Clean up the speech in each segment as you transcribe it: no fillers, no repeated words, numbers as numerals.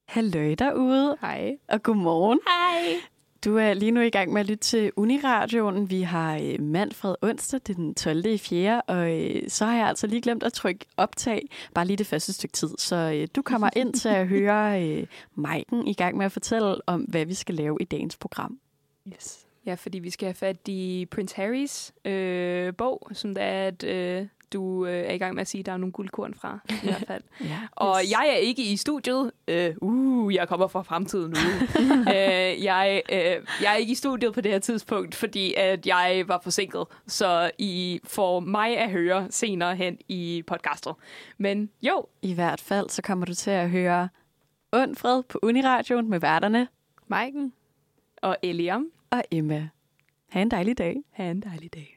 Halløj derude. Hej. Og godmorgen. Hej. Du er lige nu i gang med at lytte til Uniradioen. Vi har Manfred onsdag, det er den 12. i 4. Og så har jeg altså lige glemt at trykke optag, bare lige det første stykke tid. Så du kommer ind til at høre Maiken i gang med at fortælle om, hvad vi skal lave i dagens program. Yes. Ja, fordi vi skal have fat i Prince Harrys bog, som der er, at du er i gang med at sige, at der er nogle guldkorn fra, i hvert fald. Ja, Og jeg er ikke i studiet. Jeg kommer fra fremtiden nu. Jeg er ikke i studiet på det her tidspunkt, fordi at jeg var forsinket, så I får mig at høre senere hen i podcastet. Men jo. I hvert fald, så kommer du til at høre Undfred på Uniradioen med værterne Maiken og Eliam og Emma. Ha' en dejlig dag. Ha' en dejlig dag.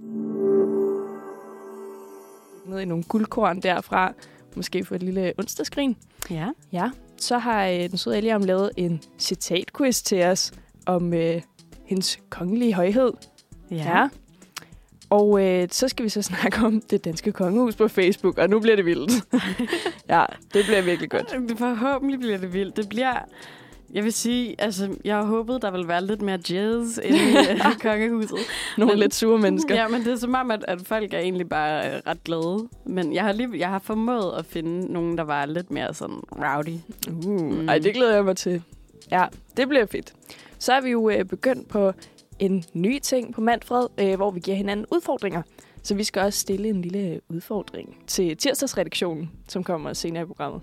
Ned i nogle guldkorn derfra. Måske få et lille onsdagsgrin. Ja. Ja, så har den søde Eliam lavet en citatquiz til os om hendes kongelige højhed. Ja. Og så skal vi så snakke om det danske kongehus på Facebook, og nu bliver det vildt. Ja, det bliver virkelig godt. Forhåbentlig bliver det vildt. Det bliver... Jeg vil sige, altså, jeg har håbet, der vil være lidt mere jazz inde i kongehuset. Nogle lidt sure mennesker. Ja, men det er som om, at folk er egentlig bare ret glade. Men jeg har formået at finde nogen, der var lidt mere sådan rowdy. Ej, det glæder jeg mig til. Ja, det bliver fedt. Så er vi jo begyndt på en ny ting på Manfred, hvor vi giver hinanden udfordringer. Så vi skal også stille en lille udfordring til tirsdagsredaktionen, som kommer senere i programmet.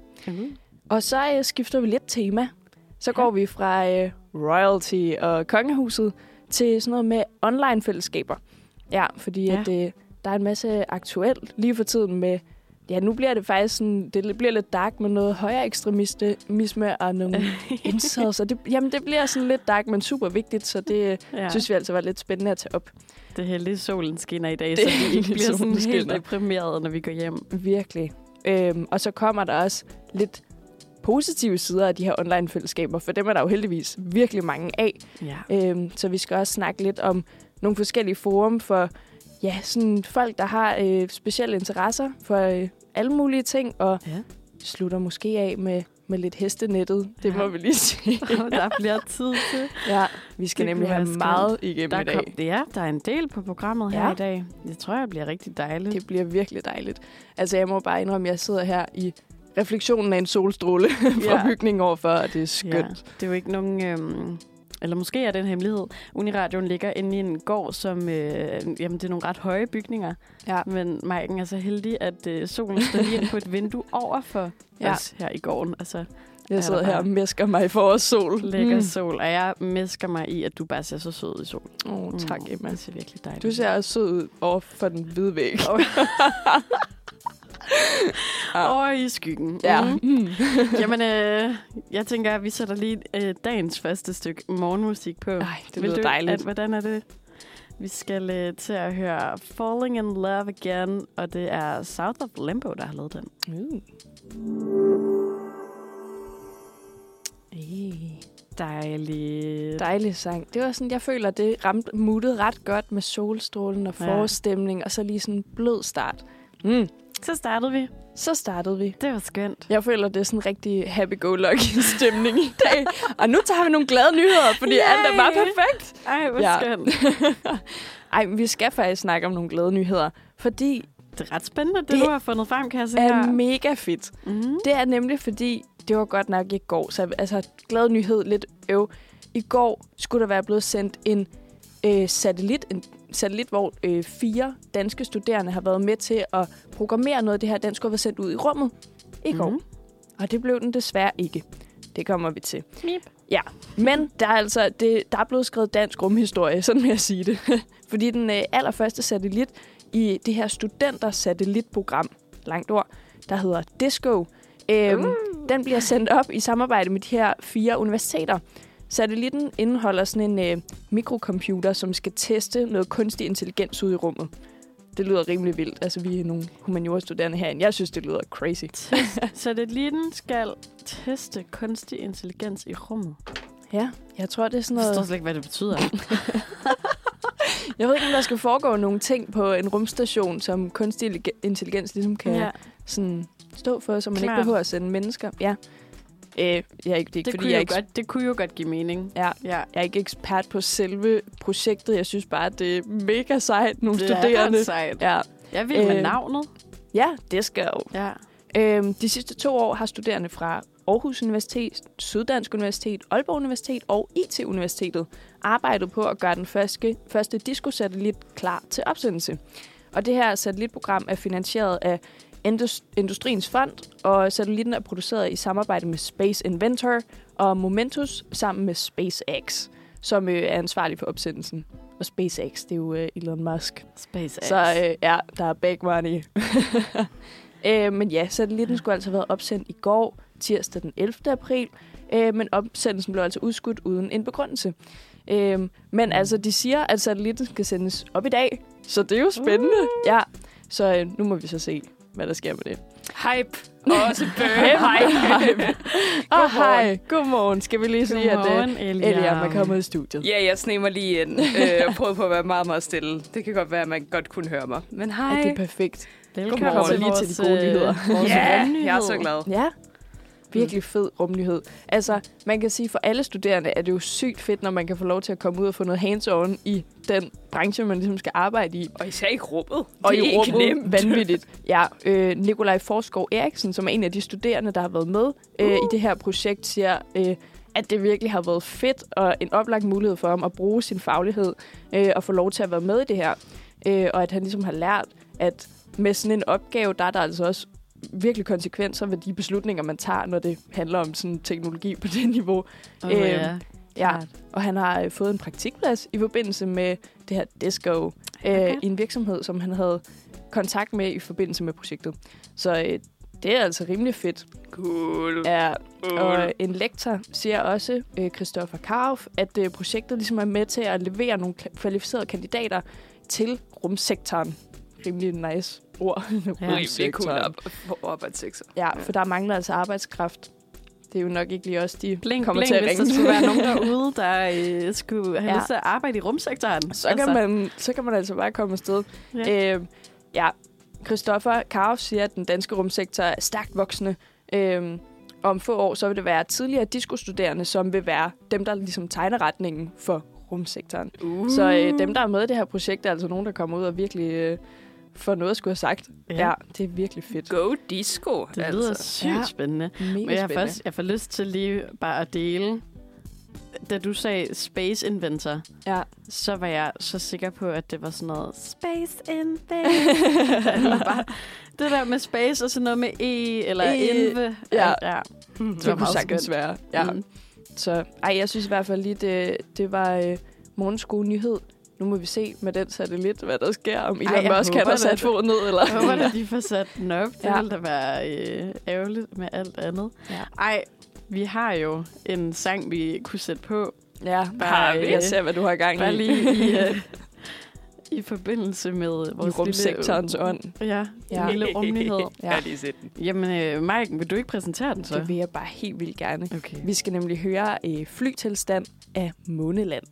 Og så skifter vi lidt tema. Så går vi fra royalty og kongehuset til sådan noget med online-fællesskaber. Ja, fordi at, der er en masse aktuelt lige for tiden med... Ja, nu bliver det faktisk sådan... Det bliver lidt dark med noget højere ekstremisme og nogle indsats. Og det bliver sådan lidt dark, men super vigtigt, så det synes vi altså var lidt spændende at tage op. Det heldige solen skinner i dag, så vi ikke bliver sådan helt deprimeret, når vi går hjem. Virkelig. Og så kommer der også lidt... positive sider af de her online-fællesskaber, for dem er der jo heldigvis virkelig mange af. Ja. Så vi skal også snakke lidt om nogle forskellige forum for sådan folk, der har specielle interesser for alle mulige ting, og slutter måske af med lidt hestenettet. Det må vi lige sige. Der bliver tid til. Ja, vi skal nemlig have meget igennem i dag. Der er en del på programmet her i dag. Det tror jeg bliver rigtig dejligt. Det bliver virkelig dejligt. Altså, jeg må bare indrømme, at jeg sidder her i refleksionen af en solstråle fra bygningen overfor, og det er skønt. Ja, det er jo ikke nogen... eller måske er det en hemmelighed. Uniradioen ligger inde i en gård, som... det er nogle ret høje bygninger. Ja. Men Maiken er så heldig, at solen står lige ind på et vindue over for os her i gården. Altså, jeg sidder her og mæsker mig i forårssol. Lækker sol, og jeg mæsker mig i, at du bare ser så sød i sol. Tak, Emma. Det ser virkelig dejligt. Du ser også sød ud over for den hvide væg. Over i skyggen. Ja. Jamen, jeg tænker, at vi sætter lige dagens første stykke morgenmusik på. Ej, det lyder dejligt. Hvordan er det? Vi skal til at høre Falling in Love Again, og det er South of Limbo, der har lavet den. Dejlig sang. Det var sådan, jeg føler, det ramte muttet ret godt med solstrålen og forårsstemning, og så lige sådan en blød start. Så startede vi. Det var skønt. Jeg føler, det er sådan en rigtig happy-go-lucky stemning i dag. Og nu tager vi nogle glade nyheder, fordi alt er bare perfekt. Ej, hvor skønt. Ej, vi skal faktisk snakke om nogle glade nyheder, fordi... Det er ret spændende, det du har fundet frem, kan jeg se her. Det er mega fedt. Det er nemlig, fordi det var godt nok i går. Så altså, glad nyhed, lidt øv. I går skulle der være blevet sendt en satellit, hvor 4 danske studerende har været med til at programmere noget af det her. Den skulle have været sendt ud i rummet i går. Og det blev den desværre ikke. Det kommer vi til. Mip. Ja, men der er blevet skrevet dansk rumhistorie, sådan vil jeg sige det. Fordi den allerførste satellit i det her studenter-satellitprogram, langt ord, der hedder DISCO, den bliver sendt op i samarbejde med de her 4 universiteter. Satellitten indeholder sådan en mikrocomputer, som skal teste noget kunstig intelligens ud i rummet. Det lyder rimelig vildt. Altså, vi er nogle humaniora-studerende herinde. Jeg synes, det lyder crazy. Satellitten skal teste kunstig intelligens i rummet. Ja, jeg tror, det er sådan noget... Jeg forstår slet ikke, hvad det betyder. Jeg ved ikke, om der skal foregå nogle ting på en rumstation, som kunstig intelligens ligesom kan sådan stå for, så man ikke behøver at sende mennesker. Ja. Det kunne jo godt give mening. Ja. Jeg er ikke ekspert på selve projektet. Jeg synes bare, at det er mega sejt, nogle studerende. Det er sejt. Ja. Jeg vil med navnet. Ja, det skal jo. Ja. De sidste 2 år har studerende fra Aarhus Universitet, Syddansk Universitet, Aalborg Universitet og IT-universitetet arbejdet på at gøre den første disco-satellit klar til opsendelse. Og det her satellitprogram er finansieret af Industriens Fond, og satellitten er produceret i samarbejde med Space Inventor og Momentus sammen med SpaceX, som er ansvarlig for opsendelsen. Og SpaceX, det er jo Elon Musk. SpaceX. Så der er big money. Men ja, satellitten skulle altså have været opsendt i går, tirsdag den 11. april, men opsendelsen blev altså udskudt uden en begrundelse. Men altså, de siger, at satellitten skal sendes op i dag, så det er jo spændende. Ja, så nu må vi så se, hvad der sker med det. Hype. Også hype. Hej. Godmorgen. Skal vi lige sige, at Eliam er kommet i studiet? Ja, jeg sneger mig lige ind. Jeg prøvede på at være meget, meget stille. Det kan godt være, at man godt kunne høre mig. Men hej. Ja, det er perfekt. Velkommen til lige til de gode nyheder. Ja, jeg er så glad. Ja. Virkelig fed rummelighed. Altså, man kan sige, for alle studerende er det jo sygt fedt, når man kan få lov til at komme ud og få noget hands-on i den branche, man ligesom skal arbejde i. Og især i rummet. Og i rummet, vanvittigt. Ja, Nikolaj Forskov Eriksen, som er en af de studerende, der har været med i det her projekt, siger, at det virkelig har været fedt og en oplagt mulighed for ham at bruge sin faglighed og få lov til at være med i det her. Og at han ligesom har lært, at med sådan en opgave, der er der altså også virkelig konsekvenser ved de beslutninger, man tager, når det handler om sådan teknologi på det niveau. Ja, og han har fået en praktikplads i forbindelse med det her Disco i en virksomhed, som han havde kontakt med i forbindelse med projektet. Så det er altså rimelig fedt. Cool. Ja, og en lektor siger også, Christoffer Karoff, at projektet ligesom er med til at levere nogle kvalificerede kandidater til rumsektoren. Rimelig nice ord. Rimelig cool arbejdssektor. Ja, for der mangler altså arbejdskraft. Det er jo nok ikke lige os, de kommer til til at ringe. Hvis der skulle være nogen derude, der skulle have lyst til at arbejde i rumsektoren. Så kan man altså bare komme afsted. Ja. Christoffer Karoff siger, at den danske rumsektor er stærkt voksende. Om få år, så vil det være tidligere disco-studerende, som vil være dem, der ligesom tegner retningen for rumsektoren. Så dem, der er med i det her projekt, er altså nogen, der kommer ud og virkelig får noget at skulle have sagt. Ja, det er virkelig fedt. Go disco. Det lyder sygt spændende. Men jeg får lyst til lige bare at dele. Da du sagde Space Inventor, så var jeg så sikker på, at det var sådan noget Space Inventor. Bare det der med space og sådan noget med eller Inve. Ja. Det kunne sagtens være. Ja. Så jeg synes i hvert fald lige, det var morgenskole-nyhed. Nu må vi se med den satellit, hvad der sker. Om Elon Musk kan have sat foden ned. Eller? Jeg håber, at de får sat den op. Det ville da være ærgerligt med alt andet. Ja. Vi har jo en sang, vi kunne sætte på. Ja, jeg ser, hvad du har i gang i. Bare lige i forbindelse med vores rumsektorens ånd. Ja, en lille rumlighed. Ja, lige set den. Jamen, Maiken, vil du ikke præsentere den så? Det vil jeg bare helt vildt gerne. Okay. Vi skal nemlig høre Flytilstand af Måneland.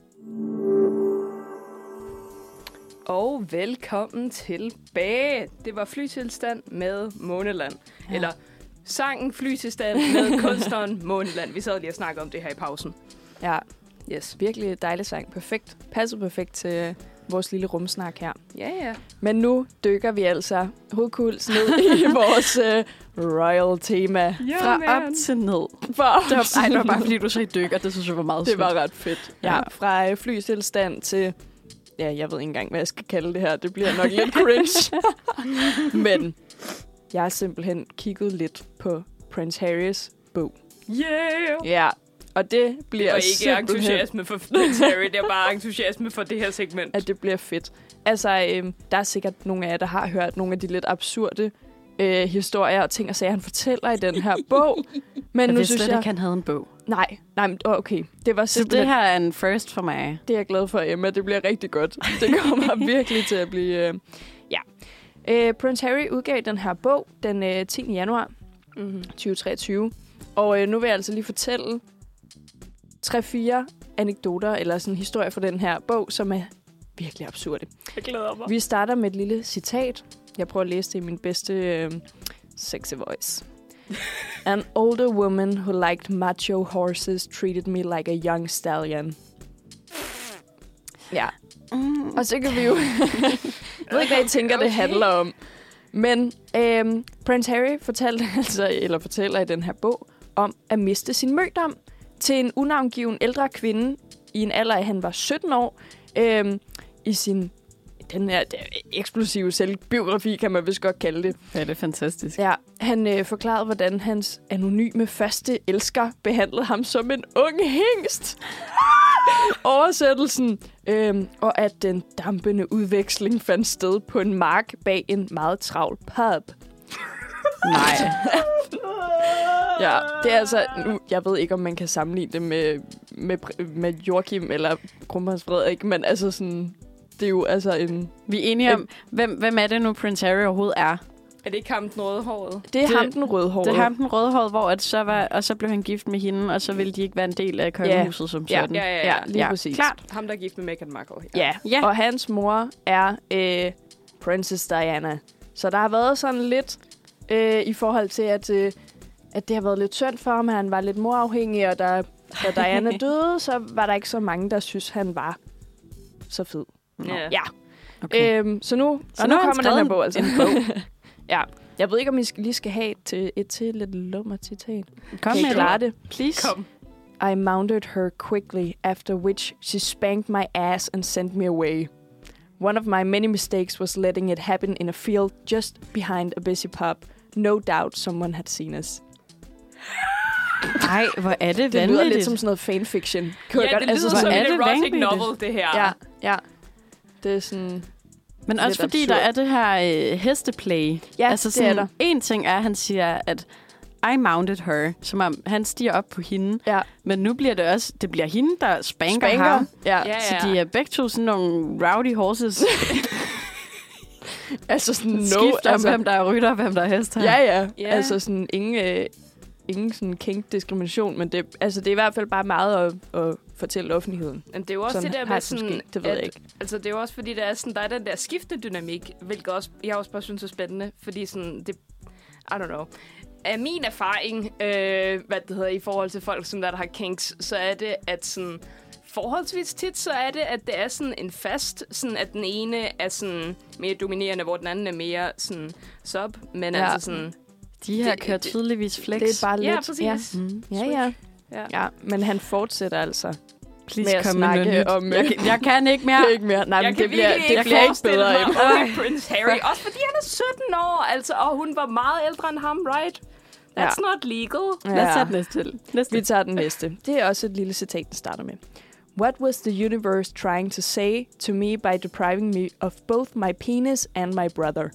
Og velkommen tilbage. Det var Flytilstand med Måneland. Ja. Eller sangen Flytilstand med kunstneren Måneland. Vi sad lige og snakkede om det her i pausen. Ja, yes. Virkelig dejlig sang. Perfekt. Passer perfekt til vores lille rumsnak her. Ja. Men nu dykker vi altså hovedkuls ned i vores royal tema. Fra op til ned. Det var bare fordi, du sagde dykker. Det synes jeg var meget sødt. Det var ret fedt. Ja, fra flytilstand til... Ja, jeg ved ikke engang, hvad jeg skal kalde det her. Det bliver nok lidt cringe. Men jeg har simpelthen kigget lidt på Prince Harrys bog. Yeah! Ja, og det bliver ikke entusiasme for Prince Harry, det er bare entusiasme for det her segment. At det bliver fedt. Altså, der er sikkert nogle af jer, der har hørt nogle af de lidt absurde historier og ting og sager, han fortæller i den her bog. Men nu synes jeg ikke, han havde en bog. Nej, men okay. Det var så det her er en first for mig. Det er jeg glad for, Emma. Det bliver rigtig godt. Det kommer virkelig til at blive... Prince Harry udgav den her bog den 10. januar 2023. Og nu vil jeg altså lige fortælle 3-4 anekdoter, eller sådan historier fra den her bog, som er virkelig absurde. Jeg glæder mig. Vi starter med et lille citat. Jeg prøver at læse det i min bedste sexy voice. An older woman who liked macho horses treated me like a young stallion. Ja. Og så kan vi jo... jeg ved ikke, hvad I tænker, det handler om. Men Prince Harry fortæller i den her bog om at miste sin mødom til en unavngiven ældre kvinde i en alder af, han var 17 år. I den her eksplosive selvbiografi, kan man vist godt kalde det. Ja, det er fantastisk. Ja, han forklarede, hvordan hans anonyme første elsker behandlede ham som en ung hingst. Oversættelsen. Og at den dampende udveksling fandt sted på en mark bag en meget travl pub. Nej. Ja, det er altså... Nu, jeg ved ikke, om man kan sammenligne det med Joachim eller Kronprins Frederik, men altså sådan... Det er jo altså en... Vi er enige om, hvem er det nu, Prince Harry overhovedet er? Er det ikke ham den rødhårede? Det er ham den rødhårede. Det er ham den rødhårede, og så blev han gift med hende, og så ville de ikke være en del af kongehuset som sådan. Ja, lige præcis. Klart. Ham, der er gift med Meghan Markle. Ja, og hans mor er Princess Diana. Så der har været sådan lidt i forhold til, at det har været lidt synd for ham. Han var lidt morafhængig, og da Diana døde, så var der ikke så mange, der synes, han var så fed. Ja. Okay. Så nu kommer den her bog, altså. Ja. Jeg ved ikke, om I lige skal have et lidt lummer citat. Kom kan I med klare det? Please. Kom. I mounted her quickly, after which she spanked my ass and sent me away. One of my many mistakes was letting it happen in a field just behind a busy pub. No doubt someone had seen us. Ej, hvor er det vanvittigt. Det lyder lidt som sådan noget fanfiction. Ja, det lyder altså, som er en det erotic vanvittigt? novel, det her. Ja. Det er sådan... Men også fordi absurd. der er det her hesteplay. Ja, altså det er der. En ting er, at han siger, at I mounted her, som om han stiger op på hende. Ja. Men nu bliver det bliver hende, der spanker ham. Ja. Så de er begge to sådan nogle rowdy horses. Altså sådan Skifter om, hvem der er rytter og hvem der er hest her. Ja. Altså sådan ingen sådan kink-diskrimination, men det er i hvert fald bare meget at fortælle offentligheden. Men det er jo også sådan det der med sådan... Det ved jeg ikke. Altså, det er jo også fordi, der er den der skiftedynamik, hvilket også, jeg også bare synes er spændende, fordi sådan, det... I don't know. Af min erfaring, i forhold til folk, som der har kinks, så er det, at sådan... Forholdsvis tit, så er det, at det er sådan en fast, sådan at den ene er sådan mere dominerende, hvor den anden er mere sådan sub, men altså sådan... De her kører tydeligvis flex. Det er bare lidt... Ja, præcis. Ja, men han fortsætter altså Please med at snakke om... Jeg kan ikke mere. Det er ikke mere. Nej, men det bliver ikke bedre. Mig Prince Harry. Også fordi han er 17 år, altså, og hun var meget ældre end ham, right? That's not legal. Lad os tage den næste. Vi tager den næste. Det er også et lille citat, den starter med. What was the universe trying to say to me by depriving me of both my penis and my brother?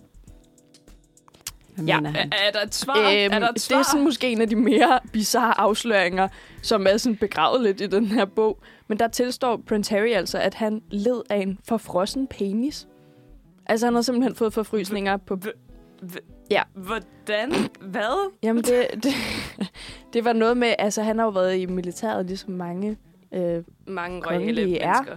Ja, er der et svar? Det er sådan måske en af de mere bizarre afsløringer, som er sådan begravet lidt i den her bog. Men der tilstår Prince Harry altså, at han led af en forfrossen penis. Altså han har simpelthen fået forfrysninger på... Ja. Hvordan? Hvad? Jamen det var noget med... Altså han har jo været i militæret ligesom mange royale mennesker.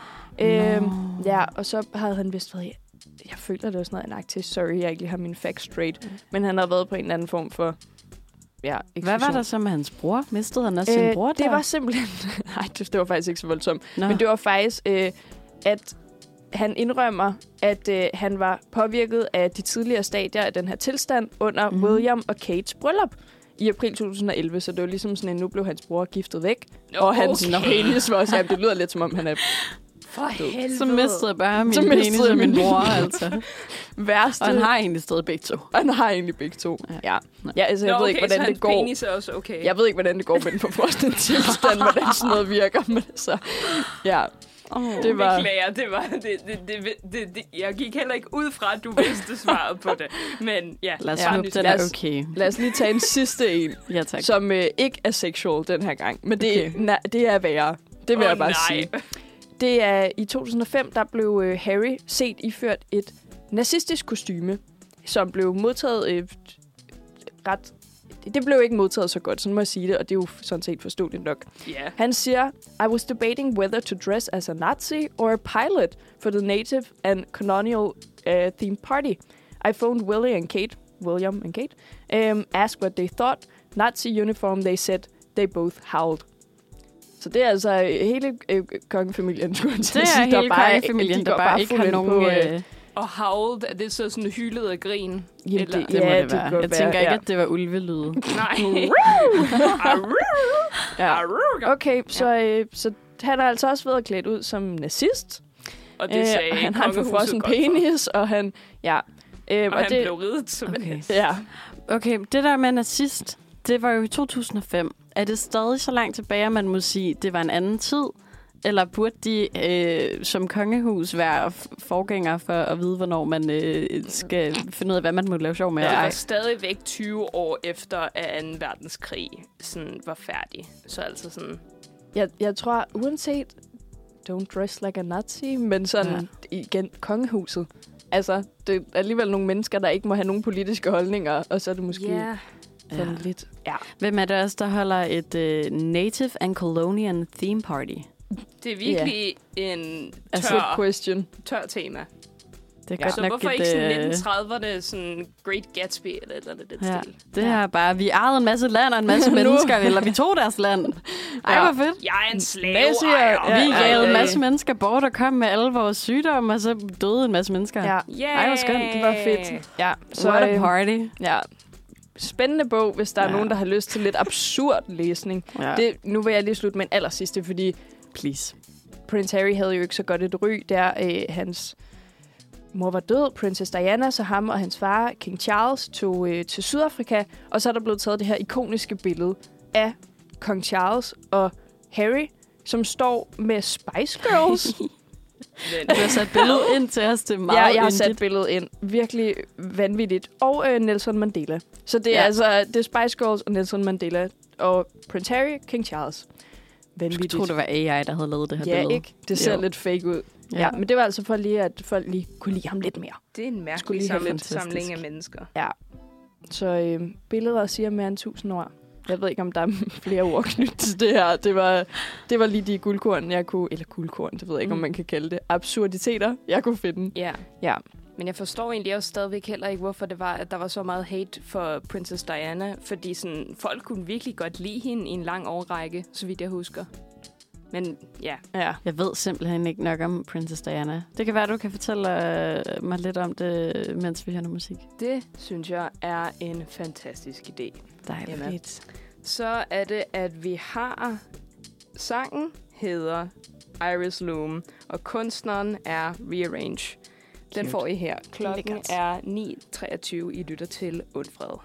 Ja, og så havde han vist været... Jeg føler, det var sådan noget anagtigt. Sorry, jeg ikke lige har min facts straight. Men han har været på en eller anden form for... Ja, hvad var der så med hans bror? Mistede han også sin bror der? Det var simpelthen... Nej, det var faktisk ikke så voldsomt. Men det var faktisk, at han indrømmer, at han var påvirket af de tidligere stadier af den her tilstand under William og Kates bryllup i april 2011. Så det var ligesom sådan, at nu blev hans bror giftet væk. Og hans penis var også... Det lyder lidt som om, han er... For helvede. Så mistede jeg bare min penis og min bror, altså. Værste. Og han har egentlig stadig begge to. Ja, altså, jeg ved ikke, hvordan det går. Penis er også okay. Jeg ved ikke, hvordan det går med den forfrosne tilstand, hvordan sådan noget virker. Men så, ja. Det var... Jeg gik heller ikke ud fra, at du vidste svaret på det. Men ja, lad os okay. Lad os lige tage en sidste en, som ikke er sexual den her gang. Men det er værre. Det vil jeg bare sige. Det er i 2005, der blev Harry set iført et nazistisk kostyme, som blev modtaget ret... Det blev ikke modtaget så godt, sådan må jeg sige det, og det er jo sådan set forståeligt nok. Yeah. Han siger, I was debating whether to dress as a Nazi or a pilot for the native and colonial themed party. I phoned Willie and Kate, William and Kate, asked what they thought. Nazi uniform, they said they both howled. Så det er altså hele kongefamilien, skulle jeg Det sige. er hele kongefamilien, der bare ikke har nogen... Og howled, er det så sådan hyldet af grin? Ja, Eller? Det må det være. Jeg tænker ikke, at det var ulvelyde. Nej. Ja. Okay, så han har altså også været klædt ud som nazist. Og det sagde og han har en kongehuset forfrossen godt for. penis, og han... Ja. Og han blev ridet som en hest. Ja. Okay, det der med nazist, det var jo i 2005. Er det stadig så langt tilbage, at man må sige, det var en anden tid? Eller burde de som kongehus være forgængere for at vide, hvornår man skal finde ud af, hvad man må lave sjov med? Det var stadigvæk 20 år efter, at 2. verdenskrig sådan var færdig. Så altså sådan... Jeg tror, uanset don't dress like a Nazi, men sådan igen, kongehuset. Altså, det er alligevel nogle mennesker, der ikke må have nogen politiske holdninger, og så er det måske sådan lidt... Ja. Hvem er det også, der holder et Native and Colonial Theme Party? Det er virkelig en tør tema. Det er godt så nok hvorfor et, ikke sådan 1930'erne, sådan Great Gatsby eller den stil? Det her bare, vi ejede en masse land og en masse mennesker, eller vi tog deres land. Ej, hvor fedt. Jeg er en slave. Vi jagede en masse mennesker bort og kom med alle vores sygdomme, og så døde en masse mennesker. Ja. Ej, hvor skønt. Det var fedt. Ja. Så what a party. Ja. Spændende bog, hvis der er nogen, der har lyst til lidt absurd læsning. Ja. Nu vil jeg lige slutte med en allersidste, fordi please. Prince Harry havde jo ikke så godt et ry der. Hans mor var død, Princess Diana, så ham og hans far, King Charles, tog til Sydafrika. Og så er der blevet taget det her ikoniske billede af Kong Charles og Harry, som står med Spice Girls. Du har sat billedet ind til os, det er meget jeg har sat billedet ind. Virkelig vanvittigt. Og Nelson Mandela. Så det er altså det er Spice Girls og Nelson Mandela og Prince Harry, King Charles. Vanvittigt. Jeg tror, det var AI, der havde lavet det her billede. Ja, ikke? Det ser lidt fake ud. Ja, men det var altså for lige, at folk lige kunne lide ham lidt mere. Det er en mærkelig samling af mennesker. Ja. Så billeder siger mere end 1000 ord. Jeg ved ikke, om der er flere ord knyttet til det her. Det var lige de guldkorn, jeg kunne... Eller guldkorn, det ved jeg ikke, om man kan kalde det. Absurditeter, jeg kunne finde. Ja. Men jeg forstår egentlig også stadigvæk heller ikke, hvorfor det var, at der var så meget hate for Princess Diana. Fordi sådan, folk kunne virkelig godt lide hende i en lang årrække, så vidt jeg husker. Men ja. Jeg ved simpelthen ikke nok om Princess Diana. Det kan være, du kan fortælle mig lidt om det, mens vi hører noget musik. Det synes jeg er en fantastisk idé. Dejligt. Så er det, at vi har... Sangen hedder Iris Loom, og kunstneren er Rearrange. Den får I her. Klokken er 9:23. I lytter til Undfred.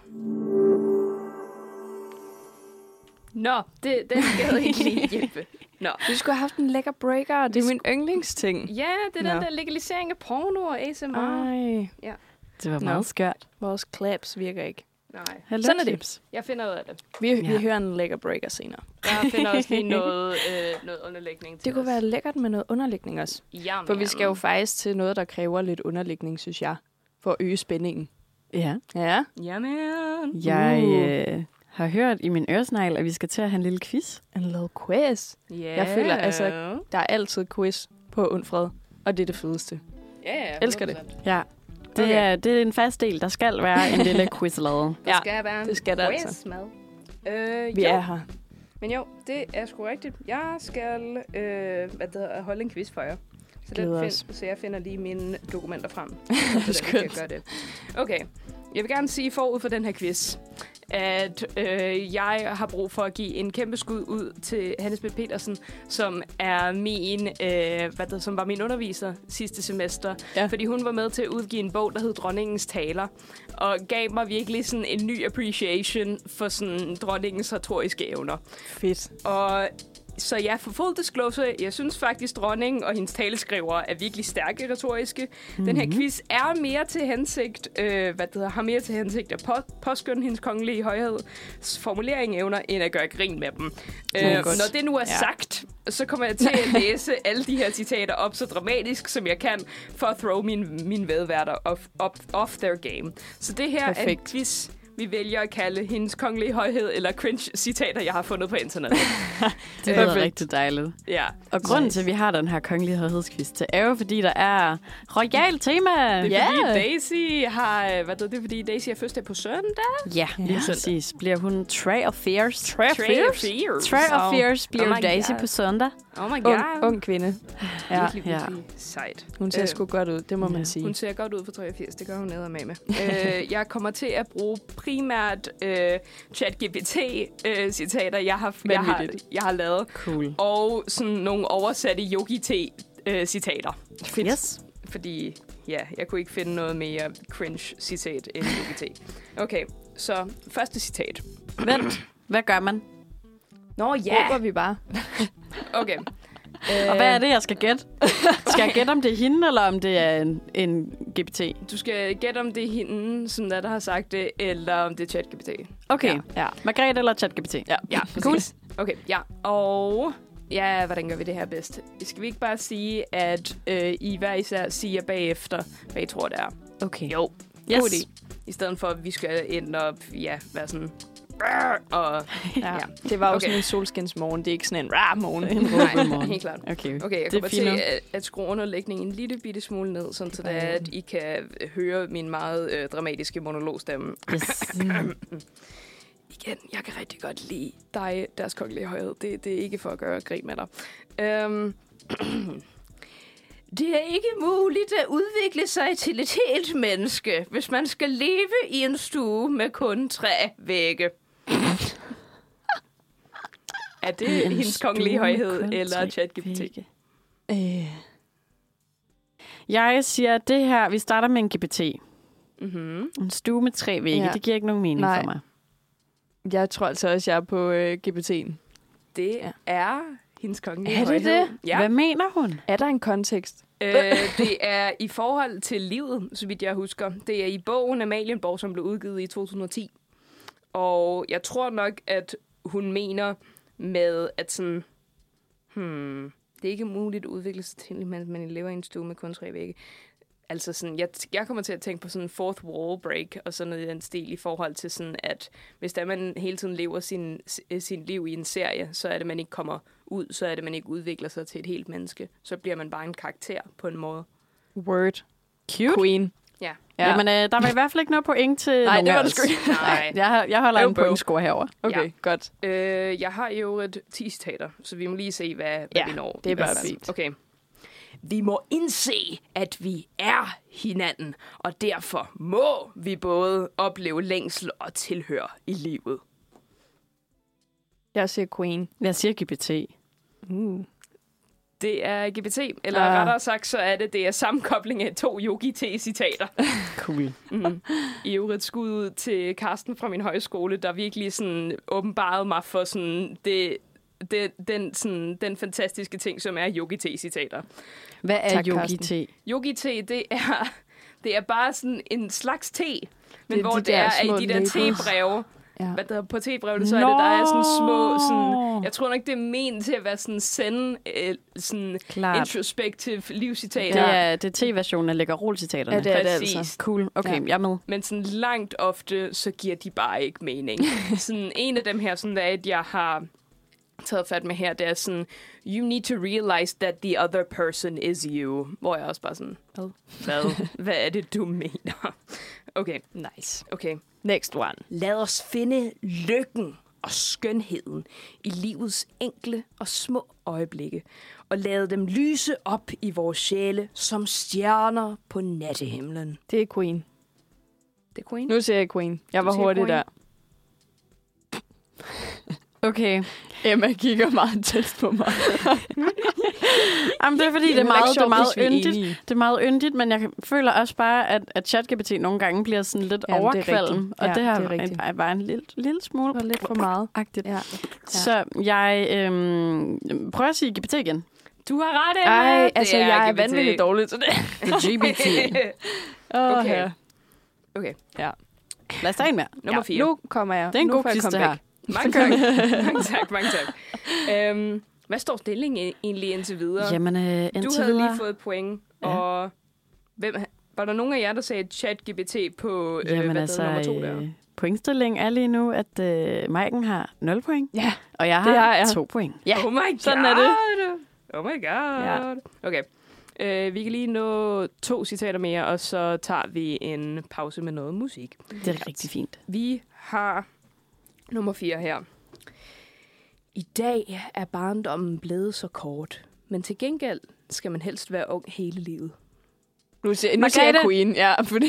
Nå, den skal ikke lige hjælpe. Nå. Vi skulle have haft en lækker breaker. Det er min yndlingsting. Ja, det er den der legalisering af porno og ASMR. Ej. Ja. Det var meget skørt. Vores claps virker ikke. Nej. Hello, sådan er det. Jeg finder ud af det. Vi hører en lækker breaker senere. Jeg finder også lige noget underlægning til det kunne være lækkert med noget underlægning også. Jamen. For vi skal jo faktisk til noget, der kræver lidt underlægning, synes jeg. For at øge spændingen. Ja. Jamen. Jeg har hørt i min øresnegl, at vi skal til at have en lille quiz. En lille quiz? Yeah. Jeg føler, altså, der er altid quiz på Undfred. Og det er det fedeste. Ja, elsker det. Ja. Det er en fast del. Der skal være en lille quiz lavet. Der skal være det skal der quiz altså. Med. Vi er her. Men jo, det er sgu rigtigt. Jeg skal holde en quiz for jer. Så jeg finder lige mine dokumenter frem. Så kan gøre det. Okay. Jeg vil gerne sige forud for den her quiz, at jeg har brug for at give en kæmpe skud ud til Hannes B. Petersen, som er som var min underviser sidste semester. Ja. Fordi hun var med til at udgive en bog, der hed Dronningens Taler, og gav mig virkelig sådan en ny appreciation for sådan dronningens retoriske evner. Fedt. Og så ja, for full disclosure, jeg synes faktisk, dronningen og hendes taleskriver er virkelig stærke retoriske. Mm-hmm. Den her quiz er mere til hensigt, har mere til hensigt at påskynde hendes kongelige højheds formulering evner, end at gøre grin med dem. Når det nu er sagt, så kommer jeg til at læse alle de her citater op så dramatisk, som jeg kan, for at throw mine medværter off their game. Så det her er en quiz, vi vælger at kalde hendes kongelige højhed eller cringe-citater, jeg har fundet på internettet. Det er rigtig dejligt. Ja. Og grunden til, at vi har den her kongelige højhedsquiz, det er jo, fordi der er royal tema. Det er fordi Daisy har... det er fordi Daisy er fødselsdag på søndag? Ja, lige præcis. Bliver hun Tray of Fierce? Tray of Fierce bliver Daisy på søndag. Oh my god. Ung kvinde. Ja. Virkelig sejt. Hun ser sgu godt ud, det må man sige. Hun ser godt ud for 83, det gør hun ned med. Jeg kommer til at bruge primært ChatGPT-citater, jeg har lavet. Cool. Og sådan nogle oversatte Yogi-T-citater. Yes. Fordi, jeg kunne ikke finde noget mere cringe-citat end Yogi-T. Okay, så første citat. Vent, hvad gør man? Nå ja! Håber vi bare. Okay. Og hvad er det, jeg skal gætte? Skal jeg gætte, om det er hende, eller om det er en GPT? Du skal gætte, om det er hende, som der har sagt det, eller om det er ChatGPT. Okay. Ja. Margrethe eller ChatGPT? Ja, cool. Okay, ja. Og hvordan gør vi det her bedst? Skal vi ikke bare sige, at I hver især siger bagefter, hvad I tror, det er? Okay. Jo. Yes. God idé. I stedet for, at vi skal ind og være sådan... Og, det var jo sådan en solskinsmorgen. Det er ikke sådan en morgen. Nej, helt klart. Okay, jeg kommer til at skrue underlægningen en lille bitte smule ned, sådan så at I kan høre min meget dramatiske monologstemme. Yes. Igen, jeg kan rigtig godt lide dig, deres kongelige højhed. Det er ikke for at gøre grin med dig. Det er ikke muligt at udvikle sig til et helt menneske, hvis man skal leve i en stue med kun 3 vægge. Er det hendes kongelige højhed eller ChatGPT? Jeg siger, at det her... Vi starter med en GPT. Mm-hmm. En stue med 3 vægge. Det giver ikke nogen mening for mig. Jeg tror altså også, jeg er på GPT'en. Det er hendes kongelige højhed. Er det det? Ja. Hvad mener hun? Er der en kontekst? Det er i forhold til livet, så vidt jeg husker. Det er i bogen Amalienborg, som blev udgivet i 2010. Og jeg tror nok, at hun mener med, at sådan... det er ikke muligt at udvikle sig til, mens man lever i en stue med kun 3 vægge. Altså sådan, jeg kommer til at tænke på sådan en fourth wall break og sådan noget i den stil i forhold til sådan, at hvis der man hele tiden lever sin liv i en serie, så er det, man ikke kommer ud, så er det, man ikke udvikler sig til et helt menneske. Så bliver man bare en karakter på en måde. Word. Cute. Queen. Ja. Jamen, der var i hvert fald ikke noget point til Nej, det var det det sgu ikke. Nej. Jeg holder en pointscore herover. Okay, godt. Jeg har jo et 10 citater, så vi må lige se, hvad vi når. Det er bare fint. Okay. Vi må indse, at vi er hinanden, og derfor må vi både opleve længsel og tilhør i livet. Jeg siger Queen. Jeg siger GPT. Det er GPT, eller rettere sagt, så er det er sammenkobling af 2 Yogi-T-citater. Cool. I øvrigt skud ud til Karsten fra min højskole, der virkelig sådan åbenbarede mig for sådan den fantastiske ting, som er Yogi-T-citater. Hvad er Tak, Yogi-T? Yogi-T, det er bare sådan en slags te, men det hvor det er i de der tebreve. Ja. Hvad der på tebrevene, så er det, der er sådan små... Sådan, jeg tror nok, det er ment til at være sådan sådan introspective livscitater. Det er te-versionen af Lækkerol-citaterne. Ja, det er det altså. Cool. Okay, jeg er med. Men sådan langt ofte, så giver de bare ikke mening. Sådan en af dem her, sådan der, at jeg har taget fat med her, det er sådan, you need to realize that the other person is you. Hvor jeg også bare sådan, hvad er det, du mener? Okay. Nice. Okay. Next one. Lad os finde lykken og skønheden i livets enkle og små øjeblikke, og lade dem lyse op i vores sjæle som stjerner på nattehimlen. Det er Queen. Det er Queen. Nu siger jeg Queen. Jeg var hurtig der. Okay. Emma kigger meget tæt på mig. Jamen, det er fordi, det er meget yndigt, men jeg føler også bare, at ChatGPT nogle gange bliver sådan lidt overkvalm. Og det her er bare en lille smule... Og lidt for meget. Ja. Så jeg prøver at sige GPT igen. Du har ret, Emma. Altså, jeg er vanvittigt dårlig til det. Det er GPT. Okay. Ja. Lad os tage en mere. Nummer 4. Nu kommer jeg. Det er en god quiz, det her. Mange tak. Hvad står stillingen egentlig indtil videre? Jamen, indtil du havde lige fået et point, og var der nogen af jer, der sagde ChatGPT på nummer 2 der? pointstilling er lige nu, at Maiken har 0 point. Ja, Og jeg det har har jeg. 2 point. Ja, Oh my god. sådan er det. Oh my god. Ja. Okay. Vi kan lige nå 2 citater mere, og så tager vi en pause med noget musik. Det er rigtig fint. Vi har nummer 4 her. I dag er barndommen blevet så kort, men til gengæld skal man helst være ung hele livet. Nu ser jeg Queen, ja. Fordi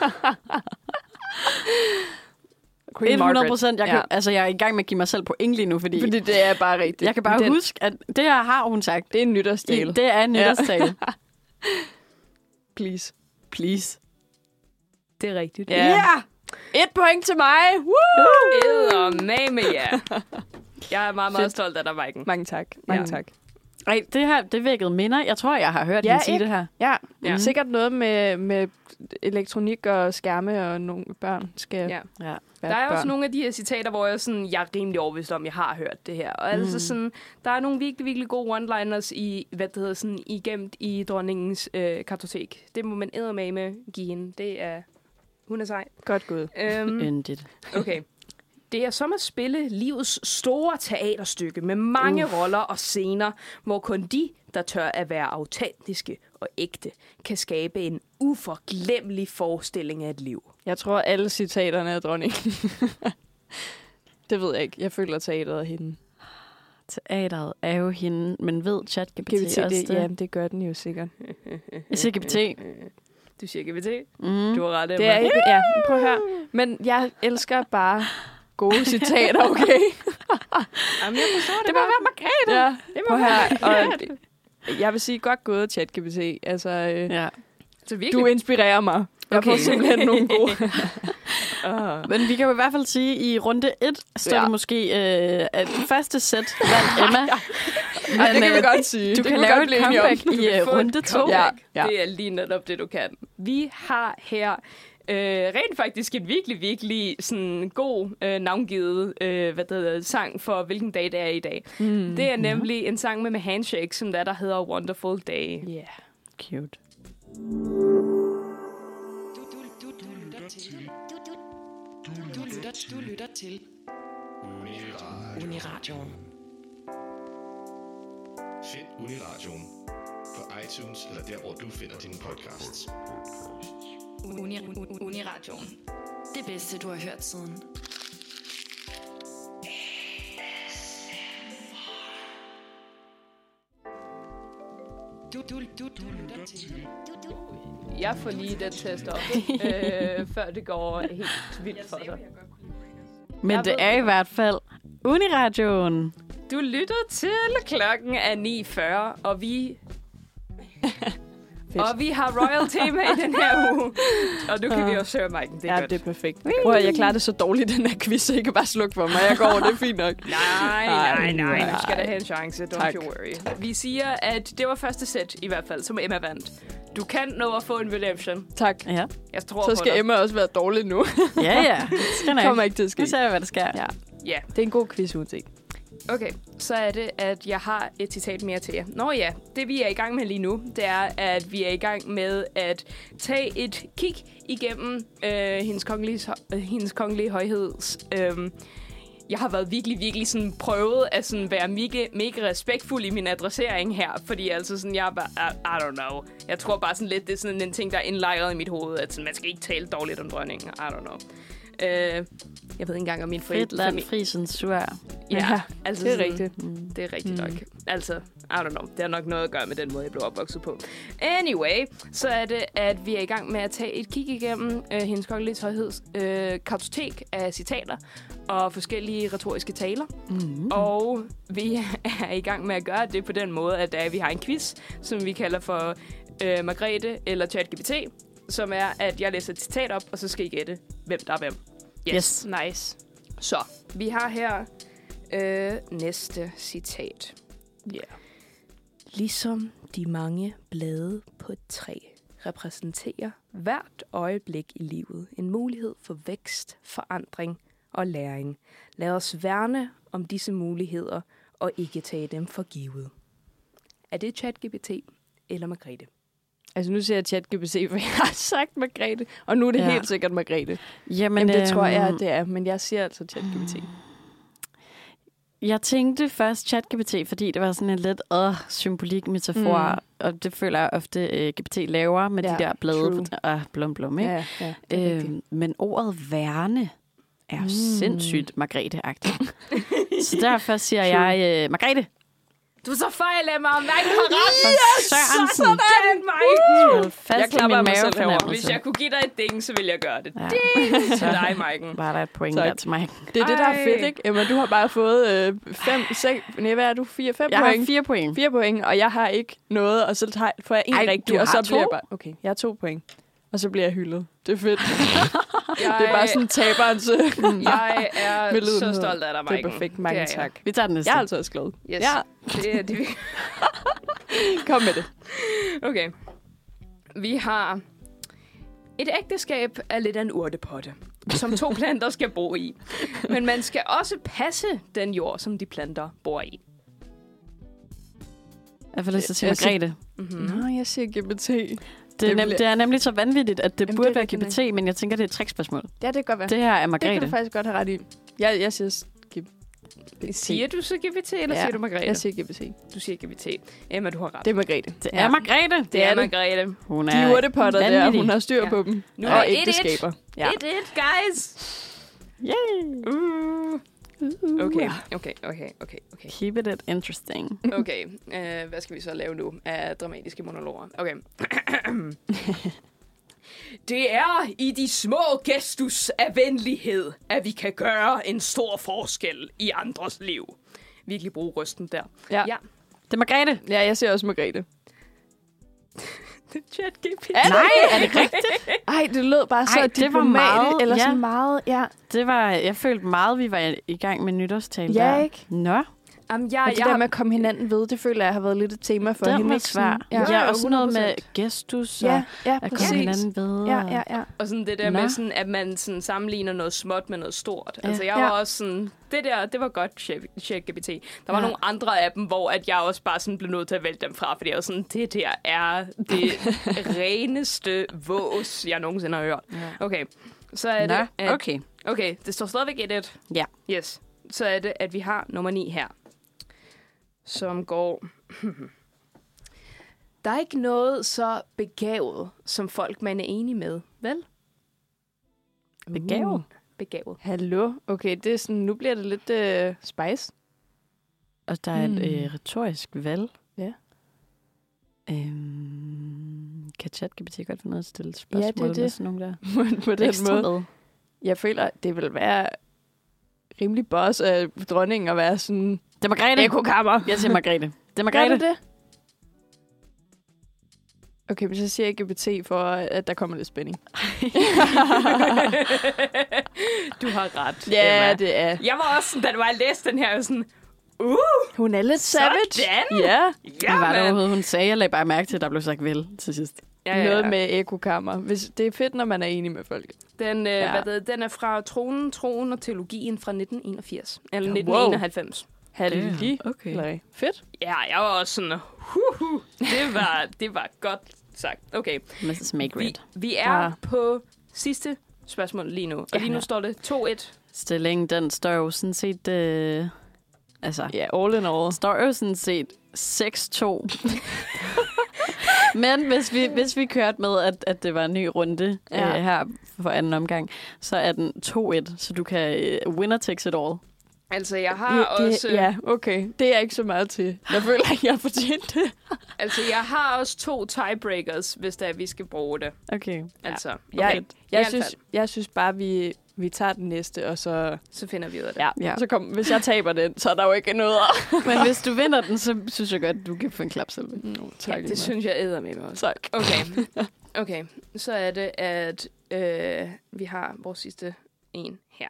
100%. Jeg er i gang med at give mig selv point lige nu, fordi det er bare rigtigt. jeg kan bare huske, at det her har hun sagt. Det er en nytårstale. Det er en nytårstale. Please. Please. Det er rigtigt. Ja. Yeah. 1 point til mig. Woo! Eddermame, ja. Jeg er meget, meget stolt af dig, Maiken. Mange tak. Mange tak. Ej, det her, det vækkede minder. Jeg tror, jeg har hørt hende sige det her. Ja. Sikkert noget med elektronik og skærme og nogle børn skal være der er også nogle af de her citater, hvor jeg er rimelig overbevist om, jeg har hørt det her. Og altså sådan, der er nogle virkelig, virkelig gode one-liners igennem i dronningens kartotek. Det må man eddermame give hende. Hun er sej. Godt gået. Yndigt. Okay. Det er som at spille livets store teaterstykke med mange roller og scener, hvor kun de, der tør at være autentiske og ægte, kan skabe en uforglemmelig forestilling af et liv. Jeg tror, alle citaterne er dronningen. Det ved jeg ikke. Jeg føler, at teateret er hende. Teateret er jo hende, men ved ChatGPT også det? Ja, det gør den jo sikkert. Jeg siger GPT. Du siger GPT? Du har ret. Det er ikke, ja, prøv at høre. Men jeg elsker bare gode citater, okay? Jamen, jeg forstår det. Det må være Margrethe. Ja, prøv at høre. Og jeg vil sige, godt gået, ChatGPT. Altså, så du inspirerer mig. Jeg får simpelthen nogle gode. Men vi kan jo i hvert fald sige, at i runde 1 står det måske, at første sæt vandt Emma. Men, det kan vi godt sige. Du kan lave et comeback i runde 2. Ja. Det er lige netop det, du kan. Vi har her rent faktisk en virkelig, virkelig sådan god navngivet sang for, hvilken dag det er i dag. Det er nemlig en sang med Handshake, som der hedder Wonderful Day. Yeah. Cute. Du lytter til Uniradioen. Find Uniradioen på iTunes eller der, hvor du finder dine podcasts. Uniradioen. Det bedste, du har hørt siden. Du lytter til. Jeg får lige den test op, før det går helt vildt for dig. Men det er i hvert fald Uniradioen. Du lytter til, klokken er 9:40, og vi har royal tema i den her uge. Og nu kan vi også høre Maiken. Det er godt. Det er perfekt. Prøv at jeg klarer det så dårligt, den her quiz, så I kan bare slukke for mig. Jeg går over, det er fint nok. Nej. Du skal da have en chance. Don't you worry. Vi siger, at det var første sæt i hvert fald, som Emma vandt. Du kan nå at få en redemption. Tak. Ja. Jeg tror så skal Emma også være dårlig nu. Ja. Det kommer ikke til at ske. Nu ser vi, hvad der sker. Ja. Det er en god quiz, uanset. Okay, så er det, at jeg har et citat mere til jer. Nå ja, det vi er i gang med lige nu, det er, at vi er i gang med at tage et kig igennem hendes kongelige højheds... Jeg har været virkelig, virkelig sådan prøvet at sådan være mega respektfuld i min adressering her, fordi altså sådan, jeg er bare, I don't know. Jeg tror bare sådan lidt, det er sådan en ting, der er indlejret i mit hoved, at sådan, man skal ikke tale dårligt om dronningen. I don't know. Jeg ved ikke engang, om min Frit land, fri censur. Ja, altså det er sådan, rigtigt. Det er rigtigt nok. Altså, I don't know. Det har nok noget at gøre med den måde, jeg blev opvokset på. Anyway, så er det, at vi er i gang med at tage et kig igennem hendes kongelige højheds kartotek af citater og forskellige retoriske taler. Og vi er i gang med at gøre det på den måde, at vi har en quiz, som vi kalder for Margrethe eller ChatGPT, som er, at jeg læser et citat op, og så skal I gætte, hvem der er hvem. Yes. Nice. Så, vi har her næste citat. Yeah. Ligesom de mange blade på et træ repræsenterer hvert øjeblik i livet en mulighed for vækst, forandring og læring. Lad os værne om disse muligheder og ikke tage dem for givet. Er det ChatGPT eller Margrethe? Altså, nu siger jeg ChatGPT, for jeg har sagt Margrethe. Og nu er det helt sikkert Margrethe. Jamen, det tror jeg, at det er. Men jeg siger altså ChatGPT. Jeg tænkte først ChatGPT, fordi det var sådan en lidt symbolik metafor, og det føler jeg ofte GPT laver med de der blade blum, ikke? Ja, men ordet værne er jo sindssygt Margrethe-agtigt. Så derfor siger jeg Margrethe. Du så fejl af mig, og Mike har ret. Sørensen. Sådan, Mike. Jeg klapper mig selv herovre. Hvis jeg kunne give dig et ding, så ville jeg gøre det. Ja. Ding til dig, Mike. Var der et point der til mig? Det er det, der er fedt, ikke? Emma, du har bare fået 5 point. Hvad er du? 4-5 point? Jeg har 4 point. 4 point, og jeg har ikke noget, og så får jeg en rigtig, og så bliver jeg bare... Okay, jeg har 2 point. Og så bliver jeg hyldet. Det er fedt. Det er bare sådan taberens... Jeg er så stolt af dig, Mike. Det er perfekt. Mange tak. Vi tager den næste. Jeg er altså også glad. Yes. Ja. Det er det, vi... Kom med det. Okay. Vi har... Et ægteskab er lidt af en urtepotte, som 2 planter skal bo i. Men man skal også passe den jord, som de planter bor i. Jeg får lyst til at sige Margrethe. Nå, jeg siger GPT. Det er nemlig så vanvittigt, at det burde være GPT, men jeg tænker, det er et trickspørgsmål. Ja, det kan godt være. Det her er Margrethe. Det kan du faktisk godt have ret i. Jeg siger GPT. Siger du så GPT, eller siger du Margrethe? Jeg siger GPT. Du siger GPT. Emma, du har ret. Det er Margrethe. Det er Margrethe. Det er Margrethe. Hun er de urtepotter der, hun har styr på dem. Nu og ægteskaber. 1-1, guys. Yay! Okay. Keep it interesting. Okay, hvad skal vi så lave nu af dramatiske monologer? Okay. Det er i de små gestus af venlighed, at vi kan gøre en stor forskel i andres liv. Virkelig bruge rysten der. Ja. Det er Margrethe. Ja, jeg siger også Margrethe. ChatGPT. Nej, er det rigtigt? Ej, det lød bare så det var meget, eller sådan meget, ja. Det var, jeg følte meget, vi var i gang med nytårstale ja, der. Ikke? Nå. Og det der med at komme hinanden ved, det føler jeg har været lidt et tema for hende. Det var svært. Ja, og sådan noget med gestus og at komme hinanden ved. Ja. Og sådan det der med, sådan, at man sådan sammenligner noget småt med noget stort. Ja. Altså, jeg var også sådan, det var godt, ChatGPT. Der var nogle andre af dem, hvor at jeg også bare sådan blev nødt til at vælge dem fra, fordi jeg var sådan, det der er det reneste vås, jeg nogensinde har hørt. Ja. Okay, så er det... Okay, det står stadigvæk 1-1. Ja. Yes. Så er det, at vi har nummer 9 her, som går... Der er ikke noget så begavet, som folk man er enige med, vel? Begavet? Begavet. Hallo? Okay, det er sådan, nu bliver det lidt spice. Og der er et retorisk valg. Ja. Kan ChatGPT godt finde noget at stille spørgsmål ja, det. med sådan nogle der? På den måde. Jeg føler, det vil være rimelig boss af dronningen at være sådan... Det er Margrethe. Ekokammer. Jeg siger Margrethe. Det er Margrethe. Gør du det? Okay, men så siger jeg GPT for, at der kommer lidt spænding. Du har ret. Ja, Emma. det er. Jeg var også sådan, da jeg læste den her, sådan... Hun er lidt savage. Sådan. Ja. Hvad var det overhovedet, hun sagde? Jeg lagde bare mærke til, at der blev sagt vel til sidst. Ja. Noget med ekokammer. Det er fedt, når man er enig med folk. Den, den er fra Tronen og teologien fra 1981. Eller 1991. Halvlig. Okay. Fedt. Ja, jeg var også sådan... Det var godt sagt. Okay. Mrs. Margaret. Vi er på sidste spørgsmål lige nu. Og lige nu står det 2-1. Stillingen, den står jo sådan set... all in all. Står jo sådan set 6-2. Men hvis vi kørte med, at det var en ny runde her for anden omgang, så er den 2-1, så du kan winner takes it all. Altså, jeg har også... Ja, okay. Det er ikke så meget til. Jeg føler ikke, jeg har fortjent det. Altså, jeg har også 2 tiebreakers, hvis der vi skal bruge det. Okay. Altså, okay. Jeg synes bare, vi tager den næste, og så finder vi ud af det. Ja. Så hvis jeg taber den, så er der jo ikke noget. Men hvis du vinder den, så synes jeg godt, du kan få en klap selv. Tak. Ja, det synes jeg æder med mig også. Tak. Okay. Så er det, at vi har vores sidste en her.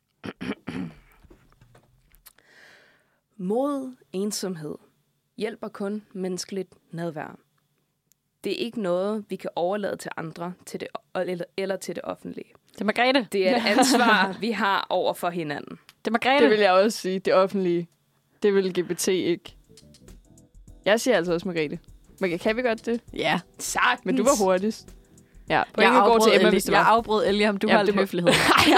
Mod ensomhed hjælper kun menneskeligt nadvær. Det er ikke noget, vi kan overlade til andre eller til det offentlige. Det er Margrethe. Det er et ansvar, vi har over for hinanden. Det er Margrethe. Det vil jeg også sige. Det offentlige. Det vil GPT ikke. Jeg siger altså også Margrethe. Men kan vi godt det? Ja. Sagt, Men du var hurtigst. Ja, Jeg pointet går til Emma, hvis det jeg var. afbrød Ellie, om du har lidt høflighed.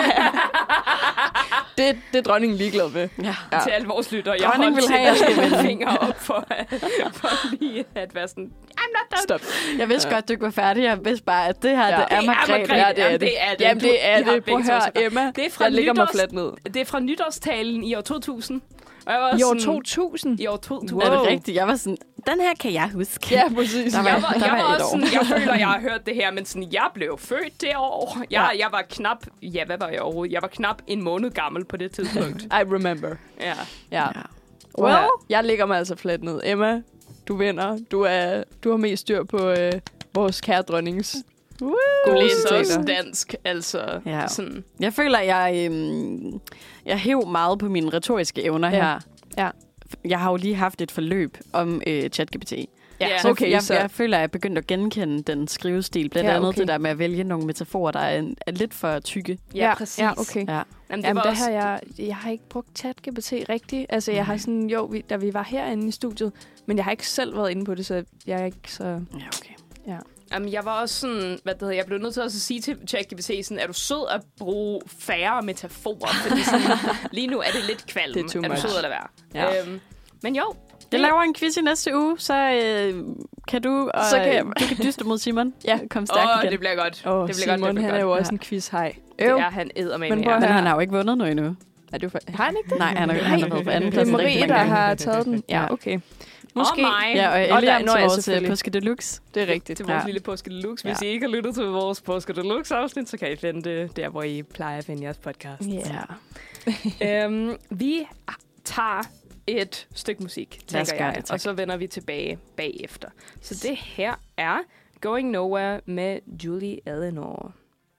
Det er dronningen ligeglad med. Ja. til alle vores lyttere. Jeg Dronningen holdt vil have, at jeg skal vinde. fingre op for lige at være sådan, I'm not done. Stop. Jeg vidste godt, du ikke var færdig. Jeg vidste bare, at det her, Ja. det er Margrethe. Ja, det er det. det er det. Jamen, det er I har det. Prøv begge at to høre, svaret. Emma. Det er fra Jeg ligger mig nytårs- fladt ned. Det er fra nytårstalen i år 2000. Og jeg var I år sådan, 2000? I år 2000. Er det rigtigt? Jeg var sådan, den her kan jeg huske. Ja, præcis. Der var- Jeg der var et også år. sådan, jeg føler, jeg har hørt det her, men sådan, jeg blev født det år. Jeg var knap, hvad var jeg overhovedet? Jeg var knap en måned gammel på det tidspunkt. I remember. Ja. Ja. Ja. Well, jeg ligger mig altså fladt ned. Emma, du vinder. Du har mest styr på vores kære dronnings. Du Gode læser citater. også dansk, altså Ja. sådan. Jeg føler, jeg hæv meget på mine retoriske evner her. Ja. Jeg har jo lige haft et forløb om ChatGPT. Ja, Så okay, jeg, så- jeg føler, at jeg er begyndt at genkende den skrivestil. Blandt Ja, andet okay. det der med at vælge nogle metaforer, der er lidt for tykke. Ja, præcis. Ja, okay. Ja. Jamen, det Jamen, var der også, har jeg har ikke brugt ChatGPT rigtigt. Altså, jeg har sådan, da vi var herinde i studiet, men jeg har ikke selv været inde på det, så jeg er ikke så... Ja, okay. Jamen, jeg var også sådan, jeg blev nødt til også at sige til ChatGPT, sådan, er du sød at bruge færre metaforer? Fordi sådan, lige nu er det lidt kvalm. Det er too du much. sød at lade være? Ja. Men jo. Jeg laver en quiz i næste uge, så kan du, og Så kan jeg- du kan dyste mod Simon. Ja. Kom stærkt igen. Det bliver godt. Åh, det bliver Simon, godt, det han bliver er jo godt. også en quiz-hej. Det er han eddermame. Men prøv at Men høre. han har jo ikke vundet noget endnu. Er det har han ikke det? Nej, han har været på anden Det plads er rigtig Marie, mange der gange. har taget den. Ja, okay. Måske. mig. Ja, og Og Eliam der- til nå, ja, vores selvfølgelig. Påske Deluxe. Det er rigtigt. Til vores Ja. lille Påske Deluxe. Hvis Ja. I ikke har lyttet til vores Påske Deluxe-afsnit, så kan I finde det der, hvor I plejer at finde jeres podcast. Ja. Vi tager et stykke musik, Lad os tænker gøre jeg, det, tak. og så vender vi tilbage bagefter. Så det her er Going Nowhere med Julie Eleanor.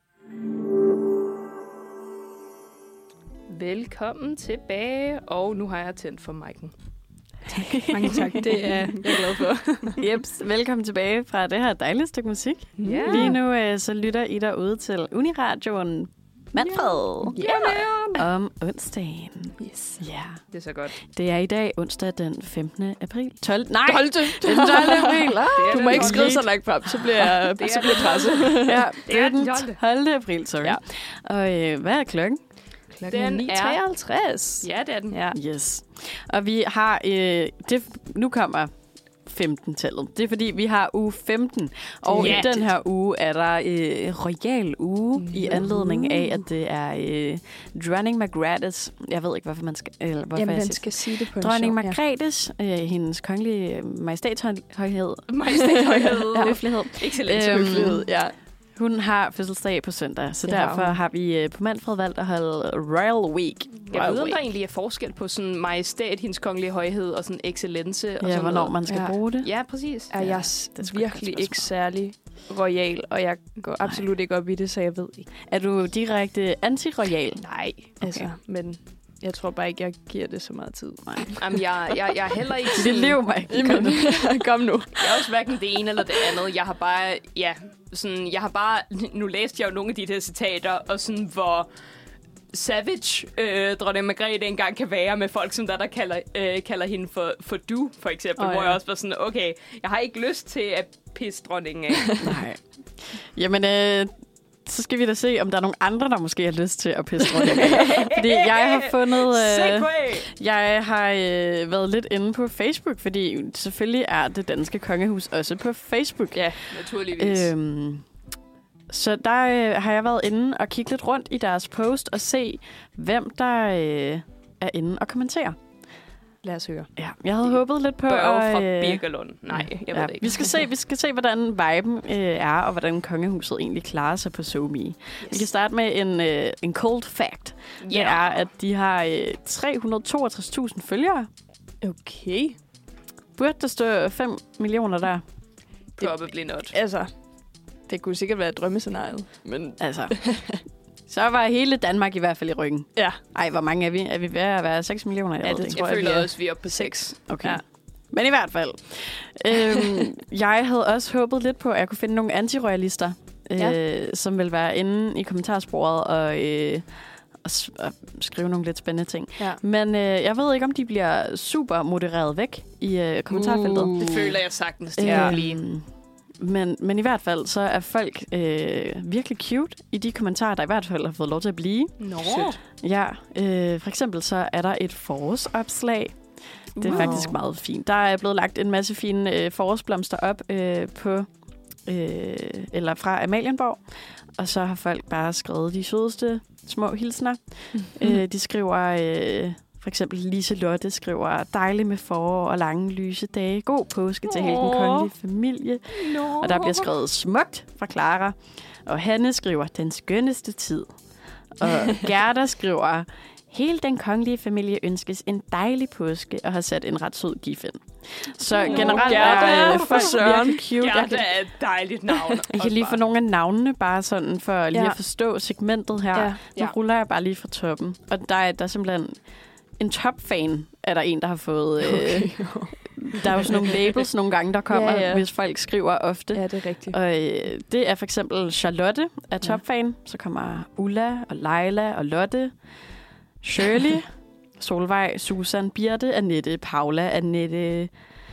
Velkommen tilbage, og nu har jeg tændt for mic'en. Mange tak. Det er jeg glad for. Jeps, velkommen tilbage fra det her dejlige stykke musik. Ja. Lige nu så lytter I derude til Uniradioen Manfred om onsdagen. Yes. Ja, Det er så godt. det er i dag onsdag den 15. april. 12. Nej, 12. den 12. april. Du må ikke skrive så langt frem, så bliver jeg presset. Ja, det er er den den 12. april, sorry. Ja. Og hvad er klokken? Klokken Den er er- 9:53. Ja, det er den. Ja. Yes. Og vi har, nu kommer 15-tallet. Det er fordi, vi har uge 15. Og Ja. i den her uge er der royal uge i anledning af, at det er dronning Margrethes. Jeg ved ikke, hvorfor man skal... Eller hvorfor Jamen, jeg den siger. skal sige det på en Dronning sjov- Margrethes, hendes kongelige majestætshøjhed. Majestæthøjhed. Høflighed. Excellent. Høflighed, ja. Hun har fødselsdag på søndag, så Det har derfor hun. har vi på Manfred valgt at holde Royal Week. Jeg ved, om der egentlig er forskel på sådan majestæt, hendes kongelige højhed og sådan excellence. Og Ja, sådan hvornår noget. man skal Ja. bruge det. Ja, præcis. Er Ja, jeg det er sgu et godt virkelig ikke spørgsmål. særlig royal, og jeg går absolut ikke op i det, så jeg ved ikke. Er du direkte anti-royal? Nej, altså, men jeg tror bare ikke, jeg giver det så meget tid. Jamen, jeg er heller ikke Det sådan, lever mig ikke. Kom nu. jeg er også hverken det ene eller det andet. Jeg har bare, nu læste jeg jo nogle af de der citater, og sådan, hvor savage dronning Margrethe engang kan være med folk, som der kalder hende for du, for eksempel. Ja. Hvor jeg også var sådan, okay, jeg har ikke lyst til at pisse dronningen af. Nej. Jamen, så skal vi da se, om der er nogle andre, der måske har lyst til at pisse rundt. Fordi jeg har fundet... Segway! Jeg har været lidt inde på Facebook, fordi selvfølgelig er det danske kongehus også på Facebook. Ja, naturligvis. Så der har jeg været inde og kigge lidt rundt i deres post og se, hvem der er inde og kommentere. Lad os høre. Ja, jeg havde håbet lidt på Børge fra at... Birkelund. Nej, jeg ved det ikke. Vi skal se, hvordan viben er, og hvordan kongehuset egentlig klarer sig på SoMe. Yes. Vi kan starte med en cold fact. Det er, at de har 362.000 følgere. Okay. Burde der stå 5 millioner der? Probably not. Altså, det kunne sikkert være drømmescenariet, men Altså, så var hele Danmark i hvert fald i ryggen. ja. Ej, hvor mange er vi? Er vi ved at være 6 millioner? Jeg Ja, ved det ikke. tror Jeg jeg, vi føler er. også, vi er oppe på 6. Okay. Ja. Men i hvert fald. Jeg havde også håbet lidt på, at jeg kunne finde nogle antiroyalister, som vil være inde i kommentarsporet at skrive nogle lidt spændende ting. Ja. Men jeg ved ikke, om de bliver super modereret væk i kommentarfeltet. Det føler jeg sagtens, det kan blive. Men i hvert fald, så er folk virkelig cute i de kommentarer, der i hvert fald har fået lov til at blive. Nå. Ja, for eksempel så er der et forårsopslag. Det er faktisk meget fint. Der er blevet lagt en masse fine forårsblomster op eller fra Amalienborg. Og så har folk bare skrevet de sødeste små hilsner. De skriver... For eksempel Liselotte skriver, dejligt med forår og lange lyse dage. God påske til hele den kongelige familie. Og der bliver skrevet smukt fra Clara. Og Hanne skriver, den skønneste tid. Og Gerda skriver, hele den kongelige familie ønskes en dejlig påske og har sat en ret sød gif ind. Så generelt er folk virkelig cute. Gerda er et dejligt navn. Jeg kan lige få nogle af navnene, bare sådan for lige at forstå segmentet her. Ja. Nu ruller jeg bare lige fra toppen. Og der er simpelthen... En topfan er der en, der har fået... Der er jo sådan nogle labels nogle gange, der kommer, hvis folk skriver ofte. Ja, det er rigtigt. Og det er for eksempel Charlotte er topfan. Så kommer Ulla og Leila og Lotte. Shirley, Solvej, Susan, Birte, Annette, Paula, Annette,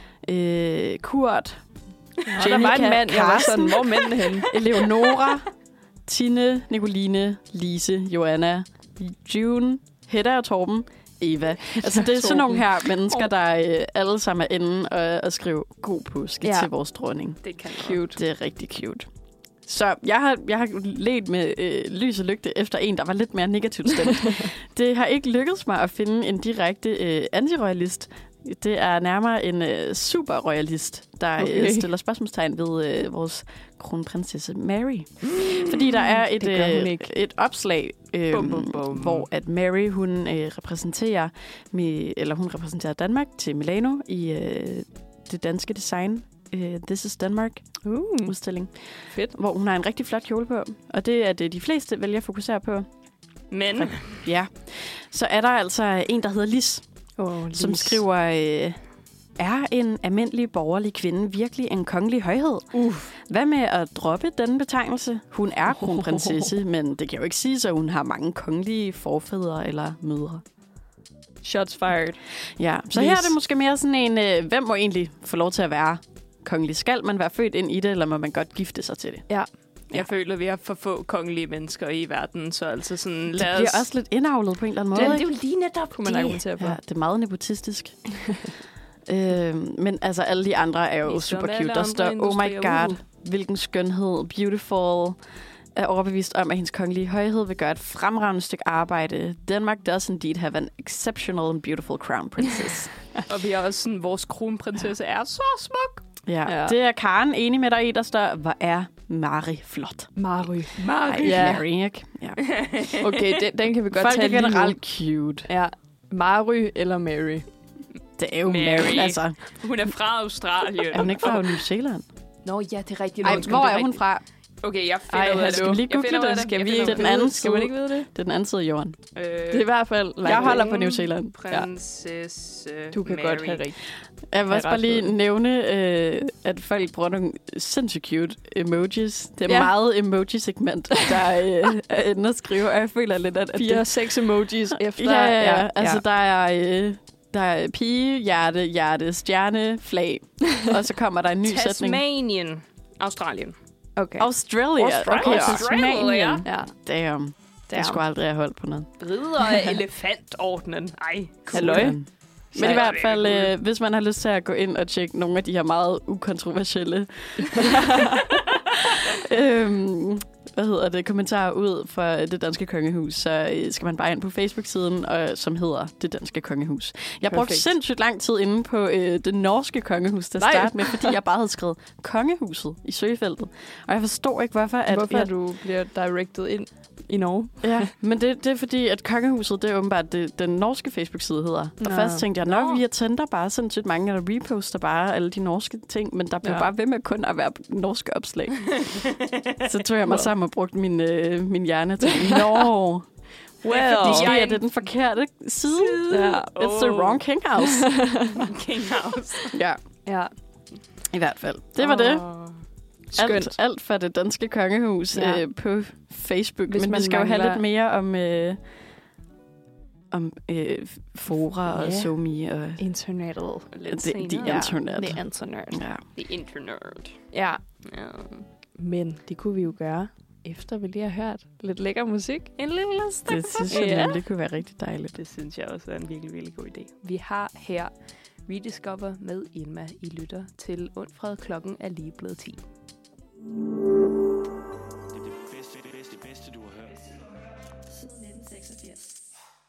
Kurt, Der var en mand, jeg var sådan, hvor er mændene henne? Eleonora, Tine, Nicoline, Lise, Joanna, June, Hedda og Torben, Eva. Altså, det er sådan nogle her mennesker, der alle sammen er inde og skrive god påske til vores dronning. Det kan cute. Det er rigtig cute. Så jeg har ledt med lys og lygte efter en, der var lidt mere negativt stemt. Det har ikke lykkedes mig at finde en direkte antiroyalist. Det er nærmere en super-royalist, der stiller spørgsmålstegn ved vores kronprinsesse Mary. Fordi der er et opslag, hvor at Mary hun repræsenterer Danmark til Milano i det danske design. This is Denmark udstilling. Fedt. Hvor hun har en rigtig flot kjole på. Og det er det, de fleste vælger at fokusere på. Men? Ja. Så er der altså en, der hedder Lis. Som skriver, er en almindelig borgerlig kvinde virkelig en kongelig højhed? Hvad med at droppe denne betegnelse? Hun er kronprinsesse, men det kan jo ikke sige, at hun har mange kongelige forfædre eller mødre. Shots fired. Ja, så her er det måske mere sådan en, hvem må egentlig få lov til at være kongelig? Skal man være født ind i det, eller må man godt gifte sig til det? Ja. Jeg føler, at vi har for få kongelige mennesker i verden, så altså sådan... Det bliver også lidt indavlet på en eller anden måde. Det er jo lige netop kunne man argumentere på. Ja, det er meget nepotistisk. Men altså, alle de andre er jo super cute. Der står, oh my god, hvilken skønhed, beautiful. Er overbevist om, at hendes kongelige højhed vil gøre et fremragende stykke arbejde. Denmark does indeed have an exceptional and beautiful crown princess. Og vi er også sådan, vores kronprinsesse er så smuk. Ja, det er Karen enig med dig i, der står, hvor er Mary flot. Mary. Ja. Mary, ikke? Ja. Okay, den kan vi godt folk tage er generelt cute. Ja. Mary eller Mary? Det er jo Mary. Altså. Hun er fra Australien. Er hun ikke fra New Zealand? Nå ja, det er rigtigt. Ej, hvor er hun fra? Okay, jeg finder ud af det. Skal vi lige google det? Det er den anden side. Skal man ikke vide det? Det er den anden side af jorden. Det er i hvert fald... Jeg holder på New Zealand. Prinsesse Du kan Mary. godt have rigtigt. Jeg vil også bare lige nævne, at folk bruger nogle sindssygt cute emojis. Det er meget emoji-segment, der er inde at skrive, og jeg føler lidt, at 4-6 emojis efter... Ja. Altså, der er pige, hjerte, stjerne, flag. Og så kommer der en ny sætning. Tasmanien. Australien. Okay. Australia. Okay, Tasmanien. Ja. Damn. Jeg skulle aldrig have holdt på noget. Ridder af elefantordnen. Ej, halløj. Men i hvert fald, hvis man har lyst til at gå ind og tjekke nogle af de her meget ukontroversielle kommentarer ud for det danske kongehus, så skal man bare ind på Facebook-siden, som hedder Det Danske Kongehus. Jeg brugte sindssygt lang tid inde på det norske kongehus, der startede med, fordi jeg bare havde skrevet kongehuset i søgefeltet. Og jeg forstår ikke, hvorfor du bliver directed ind i Norge. Ja, men det er fordi, at kongehuset, det er åbenbart den norske Facebook-side hedder. Og først tænkte jeg, nok via Tinder bare sindssygt mange, der reposter bare alle de norske ting, men der blev bare ved med kun at være norske opslag. Så tog jeg mig sammen og brugte min hjerne til, måske er det den forkerte side. It's the wrong king house. King house. Ja. I hvert fald. Det var det. Alt for det danske kongehus på Facebook. Men vi skal jo have lidt mere om fora og SoMe og International. Lidt the internet. The internet. Ja. The internet. Ja, Ja. men det kunne vi jo gøre, efter vi lige har hørt lidt lækker musik. En lille Det synes jeg Ja. nemlig kunne være rigtig dejligt. Det synes jeg også er en virkelig, virkelig god idé. Vi har her Rediscover med Irma. I lytter til Undfred. Klokken er lige blevet 10. Det er det bedste, du har hørt. Siden 1986.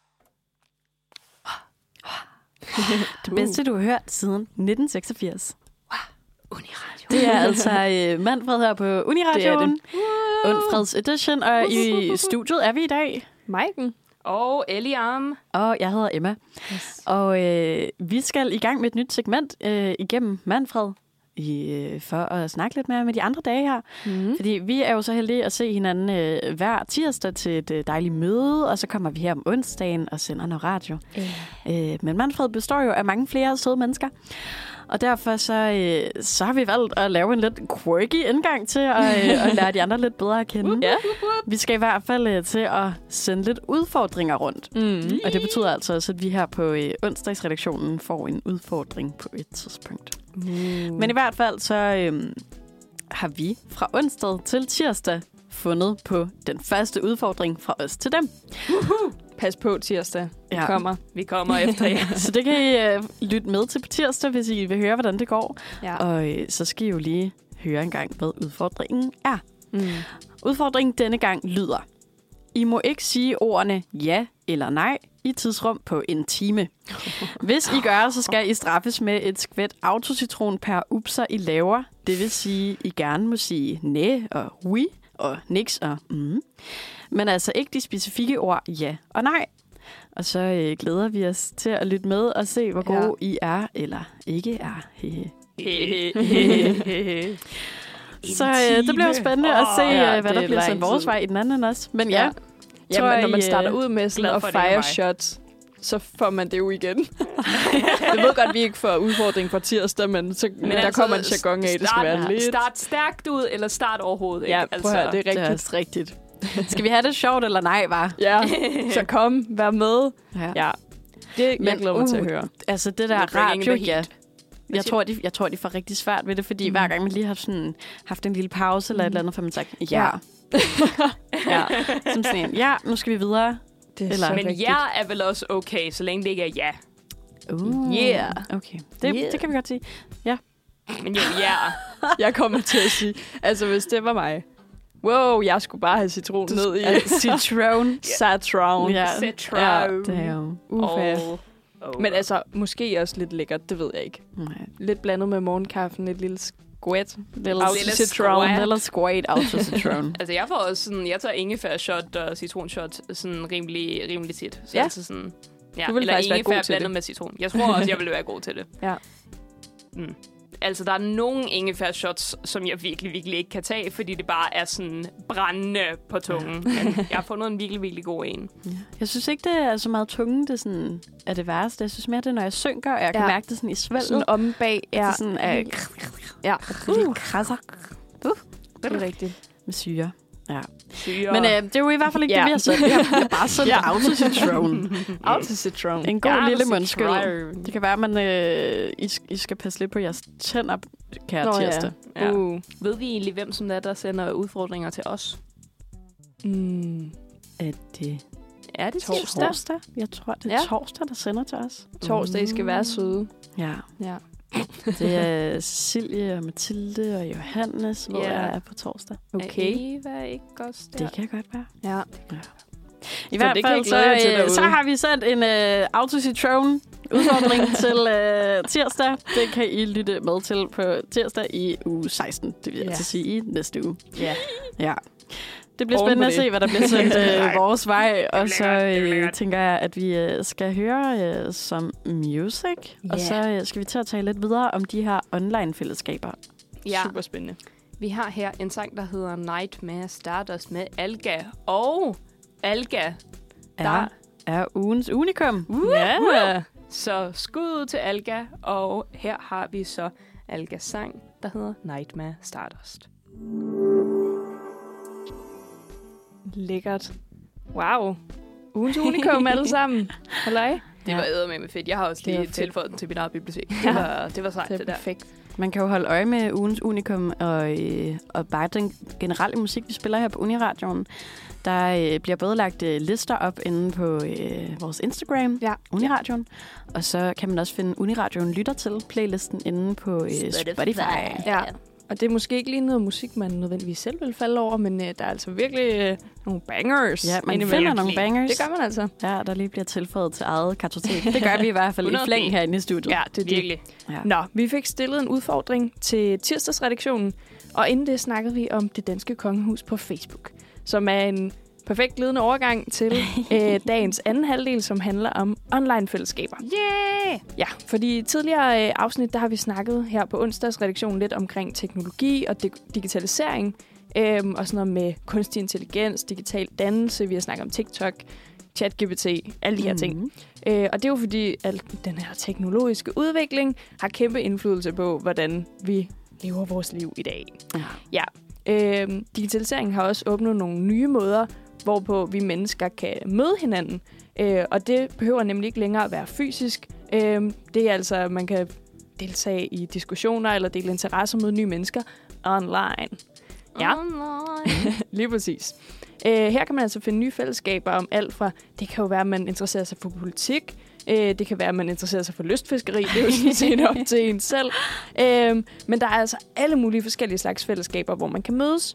Det bedste, du har hørt siden 1986. Uniradio. Det er altså Manfred her på Uniradioen. Det Undfreds Edition, og i studiet er vi i dag. Maiken. Og Eliam. Og jeg hedder Emma. Yes. Og vi skal i gang med et nyt segment igennem Manfred. For at snakke lidt mere med de andre dage her. Mm. Fordi vi er jo så heldige at se hinanden hver tirsdag til et dejligt møde, og så kommer vi her om onsdagen og sender noget radio. Men Manfred består jo af mange flere søde mennesker. Og derfor så har vi valgt at lave en lidt quirky indgang til at lære de andre lidt bedre at kende. Ja. Vi skal i hvert fald til at sende lidt udfordringer rundt. Mm. Og det betyder altså også, at vi her på onsdagsredaktionen får en udfordring på et tidspunkt. Men i hvert fald så har vi fra onsdag til tirsdag fundet på den første udfordring fra os til dem. Pas på tirsdag. Ja. Kommer. Vi kommer efter jer. Så det kan I lytte med til på tirsdag, hvis I vil høre, hvordan det går. Ja. Og så skal I jo lige høre en gang, hvad udfordringen er. Mm. Udfordringen denne gang lyder: I må ikke sige ordene ja eller nej i tidsrum på en time. Hvis I gør, så skal I straffes med et skvæt autocitron per upser I laver. Det vil sige, I gerne må sige næ og oui og niks og Men altså ikke de specifikke ord ja og nej. Og så glæder vi os til at lytte med og se, hvor gode I er eller ikke er. Så det bliver jo spændende at se, hvad der bliver sendt vores vej i den anden også. Men ja, Ja, tror men når man I, starter ud med sådan glad at for, at det er fire mig. shots, så får man det jo igen. Jeg ved godt, at vi ikke får udfordring for tirsdag, men der altså, kommer en jargon af, det skal være lidt. Start stærkt ud, eller start overhovedet ikke. Ja, prøv at høre, det er det er rigtigt. også rigtigt. Skal vi have det sjovt eller nej, var? Ja, så kom, vær med. Ja. Ja, det jeg glæder mig til at høre. Altså det der We're bringing radio, the ja. heat. Jeg tror, de får rigtig svært ved det, fordi hver gang man lige har haft en lille pause eller et eller andet, får man sagt ja. Ja. Som sådan en, ja, nu skal vi videre. Det er Eller- så Men rigtigt. ja er vel også okay, så længe det ikke er ja. Yeah. Okay, Yeah. det kan vi godt sige. Men jo, ja. Jeg kommer til at sige, altså hvis det var mig. Wow, jeg skulle bare have citron ned i. Citron. Citron. Ja. Citron. Ja, Det er jo... Uffa. Oh. Men altså, måske også lidt lækkert, det ved jeg ikke. Nej. Lidt blandet med morgenkaffen, et lille squat. Lille citron. Lille squat autocitron. Altså, jeg får også sådan, jeg tager ingefær-shot og citronshot sådan rimelig tit. Så Ja. altså sådan, ja. Du vil Eller faktisk være ingefær god til blandet det. med citron. Jeg tror også, jeg vil være god til det. Ja. Mm. Altså, der er nogle ingefær-shots, som jeg virkelig ikke kan tage, fordi det bare er sådan brændende på tungen. Men jeg har fundet en virkelig god en. Ja. Jeg synes ikke, det er så meget tunge, det sådan, er det værste. Jeg synes mere, det er, når jeg synker, og jeg kan mærke det sådan i svælget. Sådan om bag. Ja. Det sådan er Ja. krasser Det er rigtigt. med syre. Ja. Syre. Men det er jo i hvert fald ikke det, vi har sendt. Vi har bare sendt autocitron. Autocitron. En god lille mundskyld. mundskyld. Det kan være, at man, I skal passe lidt på jeres tænder, kære Nå, ja. tirsdag. Ja. Ved Ved vi egentlig, hvem som er, der sender udfordringer til os? Er det Er det torsdag? Jeg tror, det er Ja. torsdag, der sender til os. Torsdag skal være søde. Ja. Ja. Det er Silje og Mathilde og Johannes, hvor Ja. jeg er på torsdag. Okay. Er Eva ikke også der? Det kan godt være. Ja. I Så hvert det kan fald I glæde jer til så derude. har vi sendt en autocitron udfordring til tirsdag. Det kan I lytte med til på tirsdag i uge 16. Det vil jeg Ja. altså sige i næste uge. Ja. Ja. Det bliver Oven på spændende at det. se, hvad der bliver sendt vores vej. Og bliver så godt, det bliver godt. tænker jeg, at vi skal høre som music. Og så skal vi til at tale lidt videre om de her online-fællesskaber. Ja. Super spændende. Vi har her en sang, der hedder Nightmare Stardust med Alga. Og Alga, Er ugens unikum. Ja. så skud ud til Alga. Og her har vi så Algas sang, der hedder Nightmare Stardust. Lækkert. Wow. Ugens unikum alle sammen. Halløj. Det var eddermame fedt. Jeg har også Det var lige fedt. tilføjet den til mit eget bibliotek. Ja. Det var sejt, Det er det der. perfekt. Man kan jo holde øje med ugens unikum og bare den generelle musik, vi spiller her på Uniradioen. Der bliver både lagt lister op inde på vores Instagram, Uniradioen, og så kan man også finde Uniradioen lytter til playlisten inde på Spotify. Ja. Og det er måske ikke lige noget musik, man nødvendigvis selv vil falde over, men der er altså virkelig nogle bangers. Ja, man indimellem. finder nogle bangers. Det gør man altså. Ja, der lige bliver tilføjet til eget kartotek. Det gør vi i hvert fald i 100%. flæng herinde i studiet. Ja, det er Virkelig. Ja. Nå, vi fik stillet en udfordring til tirsdagsredaktionen, og inden det snakkede vi om det danske kongehus på Facebook, som er en perfekt glidende overgang til dagens anden halvdel, som handler om online-fællesskaber. Yeah! Ja, fordi i tidligere afsnit, der har vi snakket her på onsdagsredaktionen lidt omkring teknologi og digitalisering, og sådan noget med kunstig intelligens, digital dannelse, vi har snakket om TikTok, ChatGPT, alle de her ting. Og det er jo fordi, at den her teknologiske udvikling har kæmpe indflydelse på, hvordan vi lever vores liv i dag. Ja. Digitaliseringen har også åbnet nogle nye måder, hvorpå vi mennesker kan møde hinanden. Og det behøver nemlig ikke længere at være fysisk. Det er altså, at man kan deltage i diskussioner eller dele interesser med nye mennesker online. Ja, lige præcis. Her kan man altså finde nye fællesskaber om alt fra, det kan jo være, at man interesserer sig for politik, det kan være, at man interesserer sig for lystfiskeri, det er jo sådan set op til en selv. Men der er altså alle mulige forskellige slags fællesskaber, hvor man kan mødes.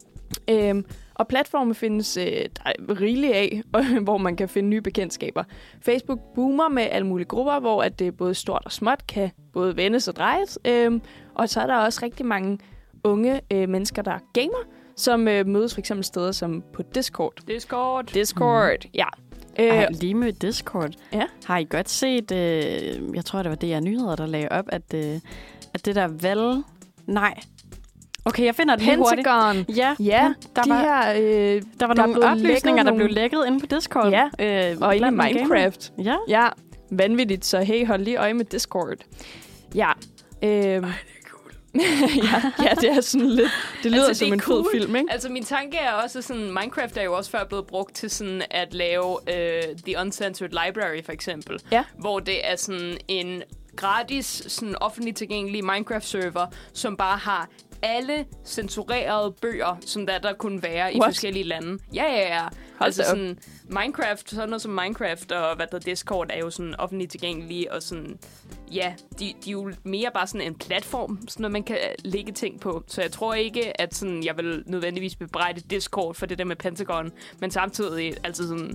Og platforme findes der er rigeligt af, hvor man kan finde nye bekendtskaber. Facebook boomer med alle mulige grupper, hvor at det både stort og småt kan både vendes og drejes. Og så er der også rigtig mange unge mennesker, der er gamer, som mødes for eksempel steder som på Discord. Discord, ja. Ej, lige med Discord. Ja. Har I godt set, jeg tror, det var DR Nyheder, der lagde op, at det der vel... Nej. Okay, jeg finder det lige hurtigt. Pentagon. Ja, der var nogle oplysninger, der blev lækket. lækket inde på Discord. Ja, og inde i blandt nogle Minecraft. gamere. Ja. Ja, vanvittigt. Så hey, hold lige øje med Discord. Ja. det er cool. ja, det er sådan lidt... Det lyder Altså, som en fed film, ikke? Altså, min tanke er også sådan, Minecraft er jo også før blevet brugt til sådan at lave The Uncensored Library, for eksempel. Ja. Hvor det er sådan en gratis, sådan offentligt tilgængelig Minecraft-server, som bare har alle censurerede bøger, som der kunne være i forskellige lande. Ja. Altså sådan Minecraft, sådan noget som Minecraft og Discord er jo sådan offentligt tilgængelige, og sådan, ja, de er jo mere bare sådan en platform, sådan noget, man kan lægge ting på. Så jeg tror ikke, at sådan, jeg vil nødvendigvis bebrejde Discord for det der med Pentagon, men samtidig altså sådan,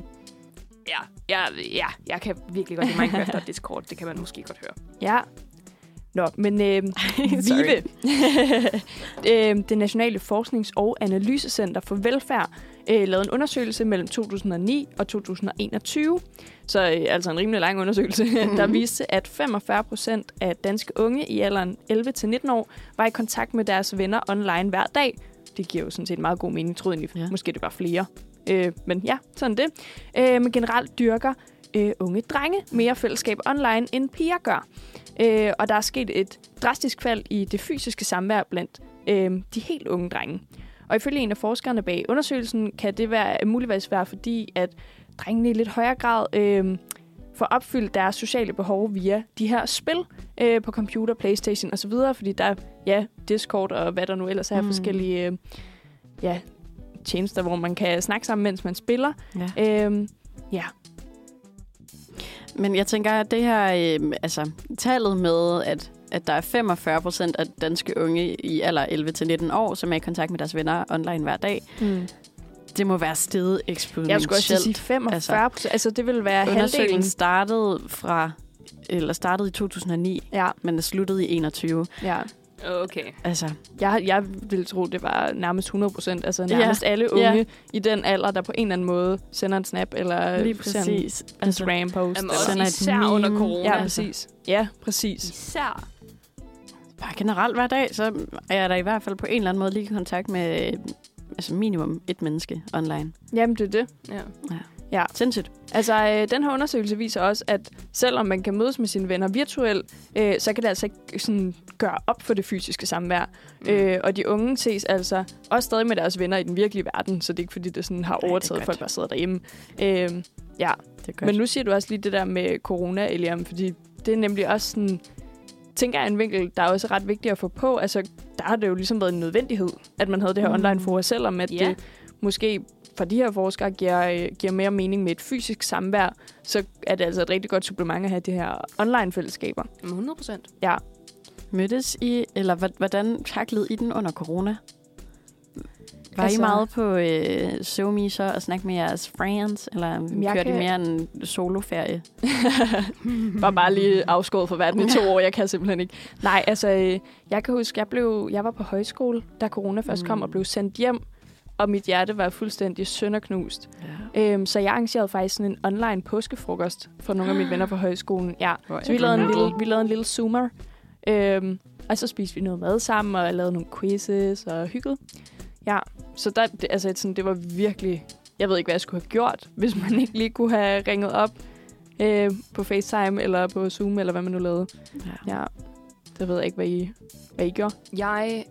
jeg kan virkelig godt lide Minecraft og Discord, det kan man måske godt høre. Ja. Nå, men VIVE, det Nationale Forsknings- og Analysecenter for Velfærd, lavede en undersøgelse mellem 2009 og 2021. Så altså en rimelig lang undersøgelse, der viste, at 45% af danske unge i alderen 11-19 år var i kontakt med deres venner online hver dag. Det giver jo sådan set meget god mening, troede jeg. Måske det var flere. Men ja, sådan det. Men generelt dyrker unge drenge mere fællesskab online, end piger gør. Og der er sket et drastisk fald i det fysiske samvær blandt de helt unge drenge. Og ifølge en af forskerne bag undersøgelsen, kan det muligvis være fordi, at drengene i lidt højere grad får opfyldt deres sociale behov via de her spil på computer, PlayStation osv., fordi der er Discord og hvad der nu ellers er forskellige tjenester, hvor man kan snakke sammen, mens man spiller. Ja. Men jeg tænker, at det her, tallet med, at der er 45% af danske unge i alder 11-19 år, som er i kontakt med deres venner online hver dag, det må være steget eksponentielt. Jeg skulle også sige 45%. Altså, det vil være halvdelen. Undersøgelsen startede i 2009, men er sluttet i 2021. Ja. Okay. Altså. Jeg ville tro, det var nærmest 100%. Altså nærmest alle unge i den alder, der på en eller anden måde sender en snap eller lige præcis. En Instagram-post. Jamen, også især under corona. Ja, præcis. Ja, præcis. Især. Bare generelt hver dag, så er jeg der i hvert fald på en eller anden måde lige i kontakt med minimum et menneske online. Jamen, det er det. Ja. Sindssygt. Altså, den her undersøgelse viser også, at selvom man kan mødes med sine venner virtuelt, så kan det altså ikke sådan gøre op for det fysiske samvær. Og de unge ses altså også stadig med deres venner i den virkelige verden, så det er ikke fordi, det sådan har overtaget folk, der sidder derhjemme. Ja, Det er godt. men nu siger du også lige det der med corona, Eliam, fordi det er nemlig også sådan, tænker jeg, en vinkel, der er også ret vigtigt at få på. Altså, der har det jo ligesom været en nødvendighed, at man havde det her online-forum, selvom at det måske for de her forskere giver mere mening med et fysisk samvær, så er det altså et rigtig godt supplement at have de her online-fællesskaber. 100%. Ja. Mødtes I, eller hvordan taklede I den under corona? Var Altså- I meget på SoMe så og snakke med jeres friends, eller kørte I mere en soloferie? Var bare lige afskåret fra verden i 2 år. Jeg kan simpelthen ikke. Nej, altså, jeg kan huske, jeg var på højskole, da corona først kom og blev sendt hjem, og mit hjerte var fuldstændig sønderknust. Ja. Så jeg arrangerede faktisk sådan en online påskefrokost for nogle af mine venner på højskolen. Ja, Hvor så vi lavede en lille zoomer. Og så spiste vi noget mad sammen, og lavede nogle quizzes og hyggede. Ja, så det var virkelig... Jeg ved ikke, hvad jeg skulle have gjort, hvis man ikke lige kunne have ringet op på FaceTime eller på Zoom, eller hvad man nu lavede. Ja, det ved jeg ikke, hvad I gjorde. Jeg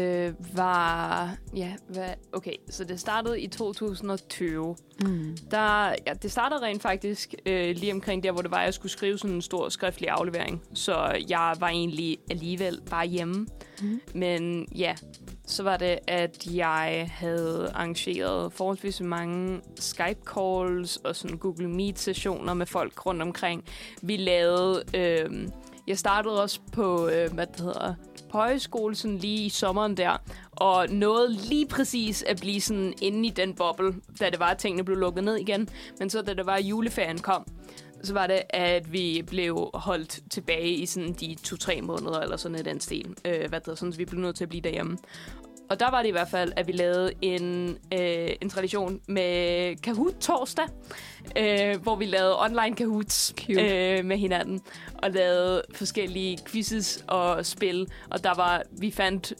var... Okay, så det startede i 2020. Det startede rent faktisk lige omkring der, hvor det var, at jeg skulle skrive sådan en stor skriftlig aflevering. Så jeg var egentlig alligevel bare hjemme. Men ja, så var det, at jeg havde arrangeret forholdsvis mange Skype-calls og sådan Google Meet-sessioner med folk rundt omkring. Vi lavede... Jeg startede også på, på højskole sådan lige i sommeren der, og nåede lige præcis at blive sådan inde i den boble, da det var, at tingene blev lukket ned igen. Men så da det var, at juleferien kom, så var det, at vi blev holdt tilbage i sådan de 2-3 måneder, eller sådan et den stil. Så vi blev nødt til at blive derhjemme. Og der var det i hvert fald, at vi lavede en tradition med Kahoot-torsdag, hvor vi lavede online Kahoots med hinanden, og lavede forskellige quizzes og spil. Og vi fandt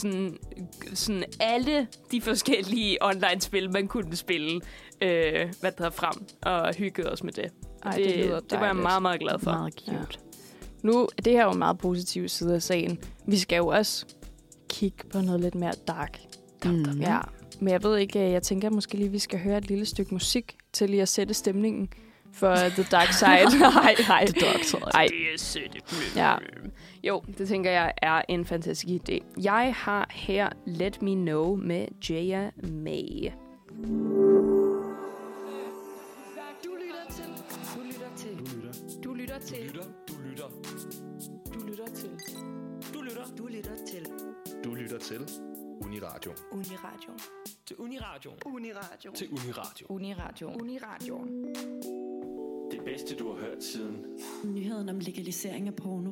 sådan alle de forskellige online-spil, man kunne spille frem, og hyggede os med det. Ej, det var jeg meget, meget glad for. Meget cute. Ja. Nu, det her er jo en meget positiv side af sagen. Vi skal jo også kigge på noget lidt mere dark. Ja, men jeg ved ikke, jeg tænker måske lige, vi skal høre et lille stykke musik til lige at sætte stemningen for The Dark Side. Nej. The Dark Side. Ej. Det er sødt. Ja. Jo, det tænker jeg er en fantastisk idé. Jeg har her Let Me Know med Jaya May. Du lytter til Uniradio. Uniradio. Til Uniradio. Uniradio. Til Uniradio. Uniradio. Uniradio. Det bedste, du har hørt siden. Nyheden om legalisering af porno.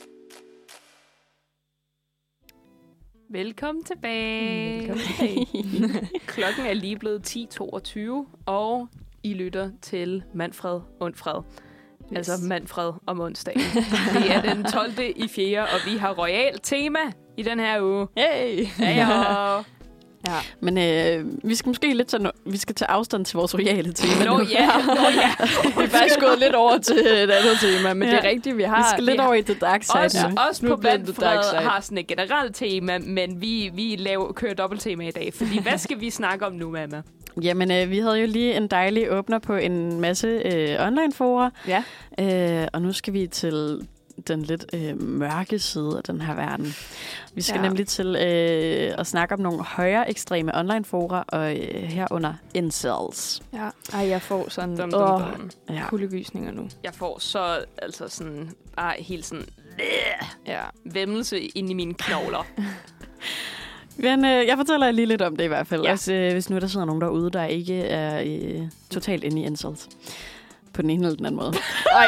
Velkommen tilbage. Klokken er lige blevet 10:22, og I lytter til Manfred Undfred. Yes. Altså Manfred om onsdagen. Det er den 12. i 4., og vi har royal tema i den her uge. Hey! Ja. Ja. Men vi skal måske lidt vi skal tage afstand til vores royale tema Nå nu. ja. Vi er faktisk gået lidt over til et andet tema, men det er rigtigt, vi har... Vi skal lidt over i The Dark Side. Også på Manfred har sådan et generelt tema, men vi kører dobbelttema i dag. Fordi hvad skal vi snakke om nu, Mamma? Jamen, vi havde jo lige en dejlig åbner på en masse online-forer. Ja. Og nu skal vi til den lidt mørke side af den her verden. Vi skal nemlig til at snakke om nogle højere ekstreme online-forer, og herunder incels. Ja. Ej, jeg får sådan kuldegysninger nu. Jeg får så sådan helt sådan væmmelse ind i mine knogler. Men jeg fortæller lige lidt om det i hvert fald. Ja. Også, hvis nu der sidder nogen derude, der ikke er totalt inde i incels. På den ene eller den anden måde.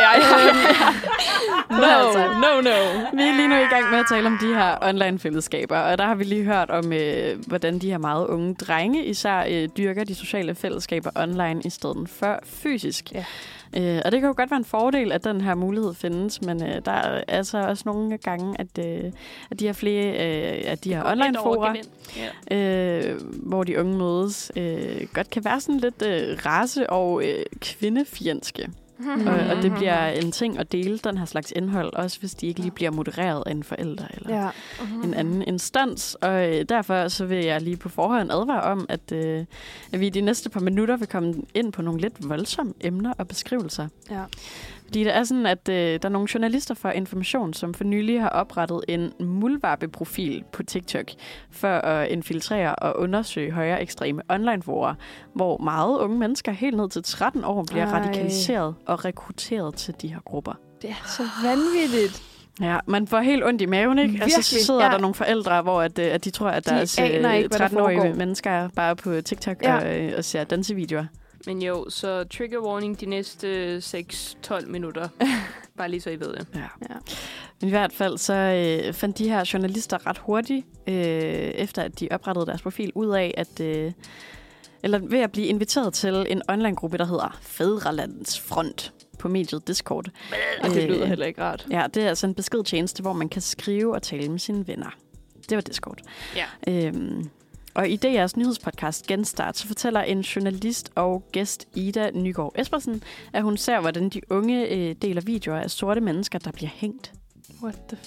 No. Vi er lige nu i gang med at tale om de her online-fællesskaber, og der har vi lige hørt om, hvordan de her meget unge drenge især dyrker de sociale fællesskaber online i stedet for fysisk. Ja. Og det kan jo godt være en fordel, at den her mulighed findes, men der er altså også nogle gange, at de her flere af de her online-forer, hvor de unge mødes, godt kan være sådan lidt race- og kvindefjendske. Og det bliver en ting at dele den her slags indhold, også hvis de ikke lige bliver modereret af en forælder eller en anden instans. Og derfor så vil jeg lige på forhånd advare om, at vi i de næste par minutter vil komme ind på nogle lidt voldsomme emner og beskrivelser. Ja. Fordi det er sådan, at der er nogle journalister for Information, som for nylig har oprettet en muldvarpeprofil på TikTok for at infiltrere og undersøge højere ekstreme online-forer, hvor meget unge mennesker helt ned til 13 år bliver radikaliseret og rekrutteret til de her grupper. Det er så vanvittigt. Ja, man får helt ondt i maven, ikke? Virkelig, altså, så sidder der nogle forældre, hvor at de tror, at deres 13-årige mennesker er bare på TikTok og ser dansevideoer. Men jo, så trigger warning de næste 6-12 minutter. Bare lige så I ved det. Ja. Men i hvert fald så fandt de her journalister ret hurtigt, efter at de oprettede deres profil, ud af, at eller ved at blive inviteret til en online-gruppe, der hedder Fædrelandets Front på mediet Discord. Det lyder heller ikke rart. Ja, det er altså en beskedtjeneste, hvor man kan skrive og tale med sine venner. Det var Discord. Ja. Og i DR's nyhedspodcast Genstart, så fortæller en journalist og gæst Ida Nygaard Espersen, at hun ser, hvordan de unge deler videoer af sorte mennesker, der bliver hængt. What the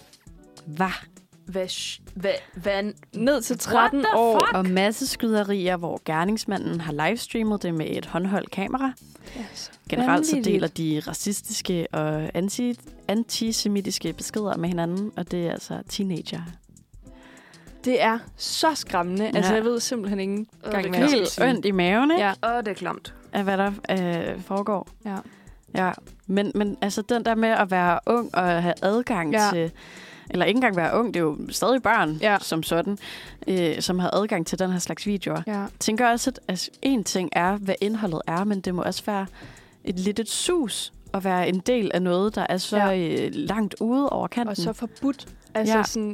Hvad? Ned til 13 år. Og masse skyderier, hvor gerningsmanden har livestreamet det med et håndholdt kamera. Yes. Generelt så deler de racistiske og antisemitiske beskeder med hinanden, og det er altså teenager. Det er så skræmmende. Ja. Altså, jeg ved simpelthen ikke engang, hvad jeg skal sige. Helt ondt i maven, ikke? Ja. Det er klamt. Af hvad der foregår. Ja. Men altså, den der med at være ung og have adgang til... Eller ikke engang være ung, det er jo stadig børn som sådan, som har adgang til den her slags videoer. Jeg tænker også, at en ting er, hvad indholdet er, men det må også være et sus at være en del af noget, der er så langt ude over kanten. Og så forbudt. Altså sådan,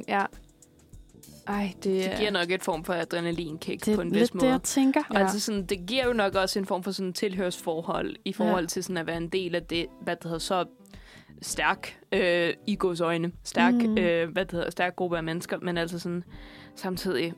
det giver nok et form for adrenalinkick på en vis måde. Det er lidt det, jeg tænker. Og altså sådan, det giver jo nok også en form for sådan tilhørsforhold i forhold til sådan at være en del af det, hvad det hedder, så stærk i godsøjne. Stærk gruppe af mennesker, men altså sådan samtidig...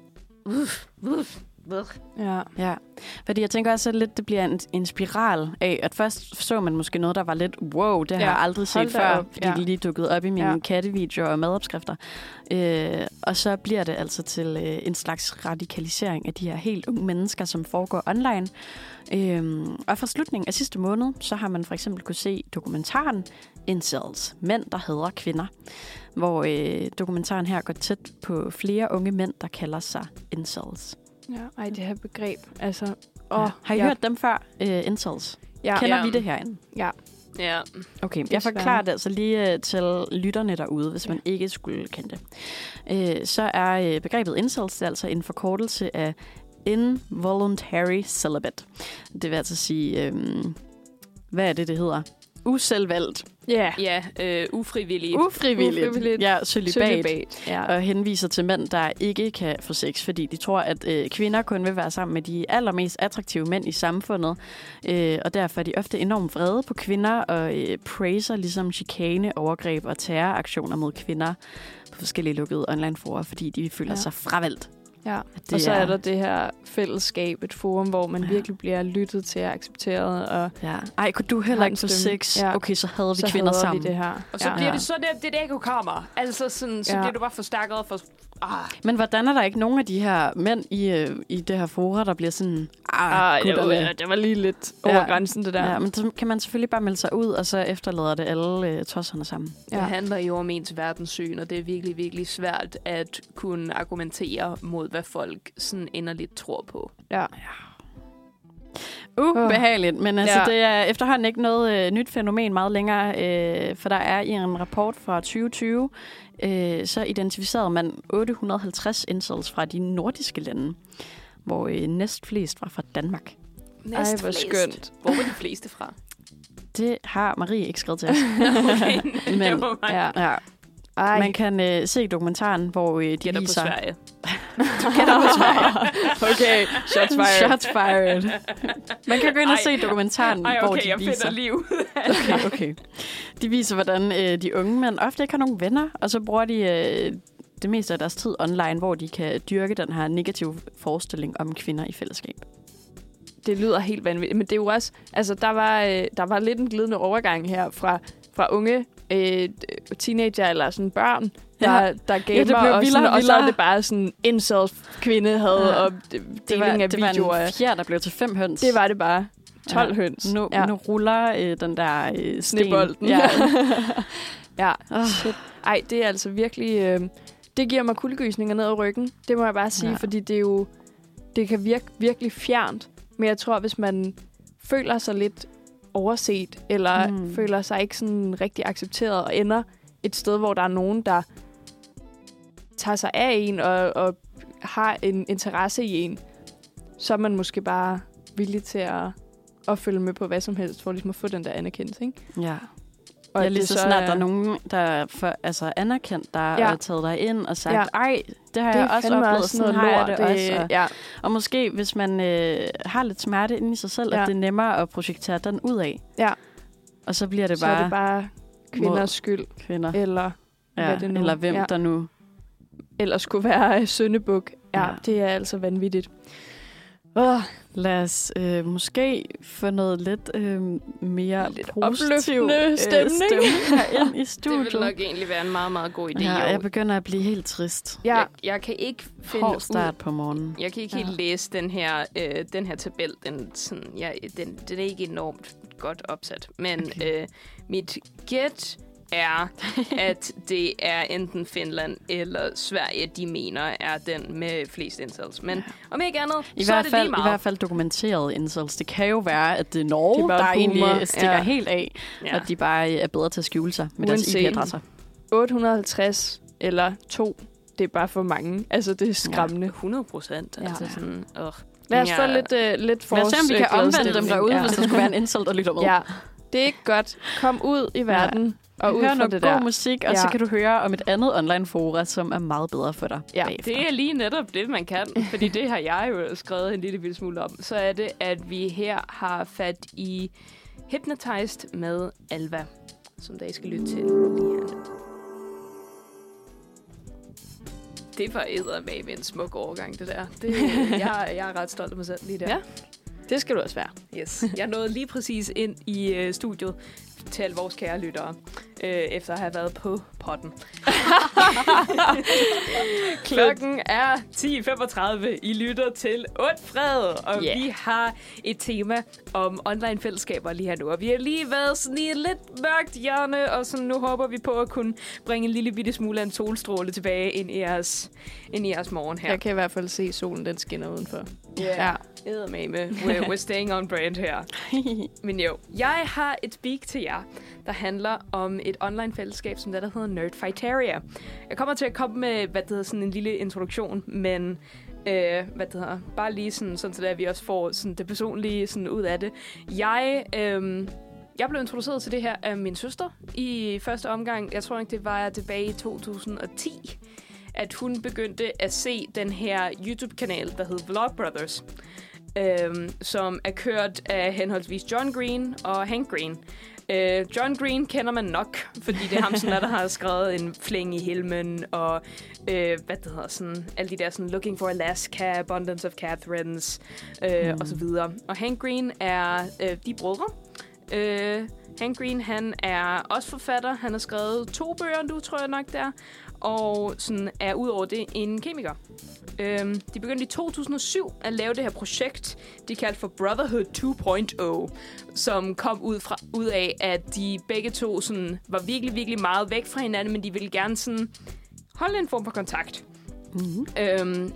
Ja, fordi jeg tænker også, at lidt, det bliver en spiral af, at først så man måske noget, der var lidt, wow, det har jeg aldrig set før, fordi det lige dukkede op i mine kattevideoer og madopskrifter. Og så bliver det altså til en slags radikalisering af de her helt unge mennesker, som foregår online. Og fra slutningen af sidste måned, så har man for eksempel kunne se dokumentaren Incels, mænd, der hader kvinder, hvor dokumentaren her går tæt på flere unge mænd, der kalder sig incels. Ja, det her begreb. Altså, har I hørt dem før, incels? Kender vi det herinde? Ja. Okay, jeg forklarer det altså lige til lytterne derude, hvis man ikke skulle kende det. Så er begrebet incels altså en forkortelse af involuntary celibate. Det vil altså sige, hvad er det hedder? Uselvvalgt. Ufrivilligt. Ja, cølibat. Og henviser til mænd, der ikke kan få sex, fordi de tror, at kvinder kun vil være sammen med de allermest attraktive mænd i samfundet. Og derfor er de ofte enormt vrede på kvinder og praiser ligesom chikane, overgreb og terroraktioner mod kvinder på forskellige lukkede online-forer, fordi de føler sig fravalgt. Ja, og så er der det her fællesskab, et forum, hvor man virkelig bliver lyttet til og accepteret. Og ej, kunne du heller ikke få sex? Ja. Okay, så havde vi kvinder sammen. Det her. Og så bliver det så det ekokammer. Altså sådan, så bliver du bare forstærket for... Men hvordan er der ikke nogen af de her mænd i det her forum, der bliver sådan... det var lige lidt over grænsen, det der. Ja, men så kan man selvfølgelig bare melde sig ud, og så efterlader det alle tosserne sammen. Det handler jo om ens verdenssyn, og det er virkelig, virkelig svært at kunne argumentere mod, hvad folk sådan inderligt tror på. Ja. Behageligt, men altså, det er efterhånden ikke noget nyt fænomen meget længere, for der er i en rapport fra 2020, så identificerede man 850 incels fra de nordiske lande, hvor næstflest var fra Danmark. Ej, hvor skønt. Hvor var de fleste fra? Det har Marie ikke skrevet til os. Okay, men man kan se dokumentaren, hvor de gætter viser... på Sverige. Du gætter på Sverige. Okay, shots fired. Shots fired. Man kan gå ind og se dokumentaren, hvor de jeg viser... finder liv. Okay. De viser, hvordan de unge mænd ofte ikke har nogen venner, og så bruger de det meste af deres tid online, hvor de kan dyrke den her negative forestilling om kvinder i fællesskab. Det lyder helt vanvittigt. Men det er jo også... Altså, der var lidt en glidende overgang her fra unge teenager eller sådan børn, der gamer, og, sådan, og så er det bare sådan incels kvinde havde, og deling af videoer. Det var en fjer, der blev til 5 høns. Det var det bare. 12 høns. Nu ruller den der snebolden. Ja. Ja. Ej, det er altså virkelig... det giver mig kuldegysninger ned ad ryggen. Det må jeg bare sige, fordi det er jo... Det kan virke virkelig fjernt. Men jeg tror, hvis man føler sig lidt overset, eller føler sig ikke sådan rigtig accepteret, og ender et sted, hvor der er nogen, der tager sig af en, og har en interesse i en, så er man måske bare villig til at følge med på hvad som helst, for ligesom at få den der anerkendelse, ikke? Ja. Og lige så snart der er nogen, der er anerkendt dig og taget dig ind og sagt, ej, det har jeg også oplevet, sådan har jeg det også. Og måske, hvis man har lidt smerte inde i sig selv, at det er nemmere at projektere den ud af. Ja. Og så bliver det så bare... Så er det bare kvinders skyld. Kvinder. Eller hvad det nu. Eller hvem der nu... Ellers skulle være syndebuk. Ja, det er altså vanvittigt. Lad os måske få noget lidt mere lidt positiv stemning ind i studiet. Det vil nok egentlig være en meget, meget god idé. Ja, jeg begynder at blive helt trist. Ja. Jeg kan ikke finde hård start på morgenen. Jeg kan ikke helt læse den her tabel. Den er ikke enormt godt opsat. Men mit gæt er, at det er enten Finland eller Sverige, de mener, er den med flest incels. Men om ikke andet, så er det lige meget. I hvert fald dokumenteret incels. Det kan jo være, at det er Norge, der egentlig stikker helt af, og de bare er bedre til at skjule sig med deres IP-adresser. 850 eller 2, det er bare for mange. Altså, det er skræmmende. 100%. Altså sådan, lad os få lidt for. Lad os se, om vi kan omvende dem derude, hvis der skulle være en incel, der lytter med. Ja, det er ikke godt. Kom ud i verden. Og hør noget god musik, og så kan du høre om et andet online-fora, som er meget bedre for dig. Ja, det er lige netop det, man kan. Fordi det har jeg jo skrevet en lille smule om. Så er det, at vi her har fat i Hypnotized med Alva, som der I skal lytte til lige her. Det var eddermame en smuk overgang, det der. Jeg er ret stolt af mig selv lige der. Ja, det skal du også være. Yes. Jeg nåede lige præcis ind i studiet til alle vores kære lyttere, efter at have været på potten. Klokken er 10:35. I lytter til Undfred, og vi har et tema om online-fællesskaber lige her nu. Og vi har lige været sådan i et lidt mørkt hjørne, og så nu håber vi på at kunne bringe en lille bitte smule af en solstråle tilbage ind i jeres morgen her. Jeg kan i hvert fald se solen, den skinner udenfor. Ja. Eddermame. We're staying on brand her. Men jo, jeg har et speak til jer, der handler om et online-fællesskab, som der hedder Nerdfighteria. Jeg kommer til at komme med, sådan en lille introduktion, men bare lige sådan så at vi også får sådan det personlige sådan ud af det. Jeg blev introduceret til det her af min søster i første omgang. Jeg tror ikke, det var tilbage i 2010, at hun begyndte at se den her YouTube-kanal, der hed Vlogbrothers, som er kørt af henholdsvis John Green og Hank Green. John Green kender man nok, fordi det er ham, der har skrevet En fling i Helmen, og sådan, alle de der sådan, Looking for Alaska, Abundance of Catherines, og så videre. Og Hank Green er de brødre. Hank Green, han er også forfatter. Han har skrevet 2 bøger, tror jeg nok der. Og sådan er ud over det en kemiker. De begyndte i 2007 at lave det her projekt, de kaldte for Brotherhood 2.0, som kom ud af, at de begge to sådan, var virkelig, virkelig meget væk fra hinanden, men de ville gerne sådan, holde en form for kontakt. Mm-hmm.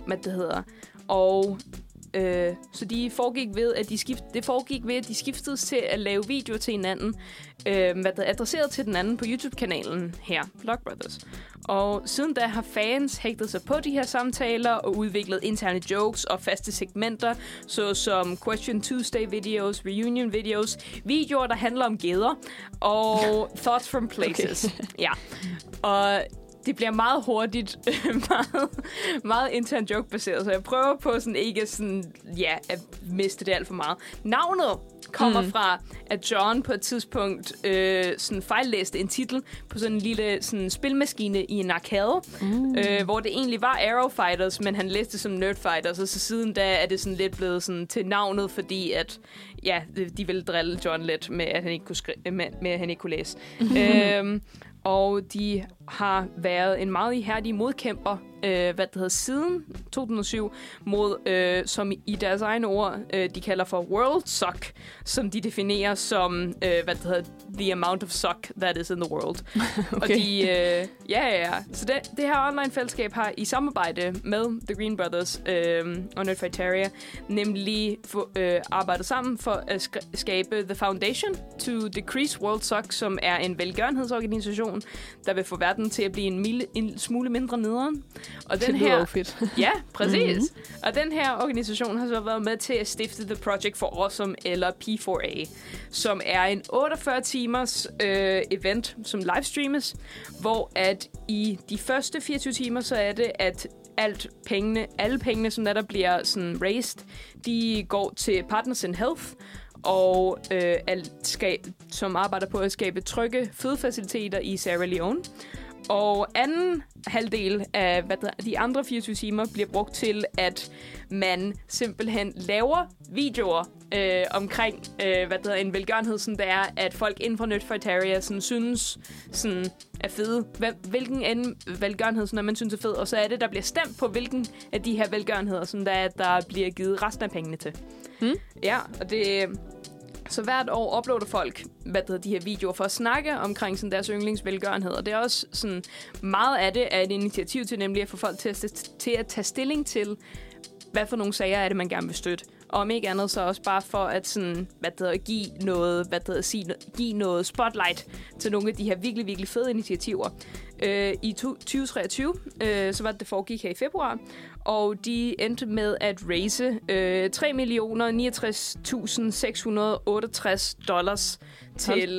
Og så de foregik ved, at de skiftede til at lave videoer til hinanden, adresseret til den anden på YouTube-kanalen her, Vlogbrothers. Og siden da har fans hægtet sig på de her samtaler og udviklet interne jokes og faste segmenter, såsom Question Tuesday videos, reunion videos, videoer, der handler om geder, og Thoughts from Places. Okay. Ja. Og det bliver meget hurtigt, meget intern joke-baseret, så jeg prøver på sådan ikke sådan, at miste det alt for meget. Navnet kommer fra, at John på et tidspunkt sådan fejllæste en titel på sådan en lille sådan spilmaskine i en arcade, hvor det egentlig var Arrow Fighters, men han læste som Nerd Fighters, og så siden da er det sådan lidt blevet sådan til navnet, fordi at de ville drille John lidt med, at han ikke kunne med at han ikke kunne læse. Og de har været en meget ihærdig modkæmper, siden 2007, mod, som i deres egne ord, de kalder for world suck, som de definerer som, the amount of suck that is in the world. Okay. Og så det her online-fællesskab har i samarbejde med The Green Brothers og Nerdfighteria nemlig arbejdet sammen for at skabe The Foundation to Decrease World Suck, som er en velgørenhedsorganisation, der vil få verden til at blive en smule mindre nederen. Og den her fedt. Ja, præcis. Og den her organisation har så været med til at stifte The Project for Awesome, eller P4A, som er en 48 timers event, som livestreames, hvor at i de første 24 timer, så er det, at alle pengene, som der bliver sådan raised, de går til Partners in Health, og som arbejder på at skabe trygge fødefaciliteter i Sierra Leone. Og anden halvdel af de andre 24 timer bliver brugt til, at man simpelthen laver videoer omkring en velgørenhed, sådan det er, at folk inden for Nerdfighteria synes sådan er fede. Hvilken velgørenhed sådan, man synes er fed, og så er det, der bliver stemt på, hvilken af de her velgørenheder, sådan der bliver givet resten af pengene til. Ja, og det... Så hvert år uploader folk de her videoer for at snakke omkring sådan deres yndlingsvelgørenhed. Og det er også sådan, meget af det er et initiativ til nemlig at få folk til at tage stilling til, hvad for nogle sager er det, man gerne vil støtte. Og om ikke andet, så også bare for at sådan, give noget spotlight til nogle af de her virkelig, virkelig fede initiativer. I 2023, så var det foregik her i februar, og de endte med at raise $3.069.668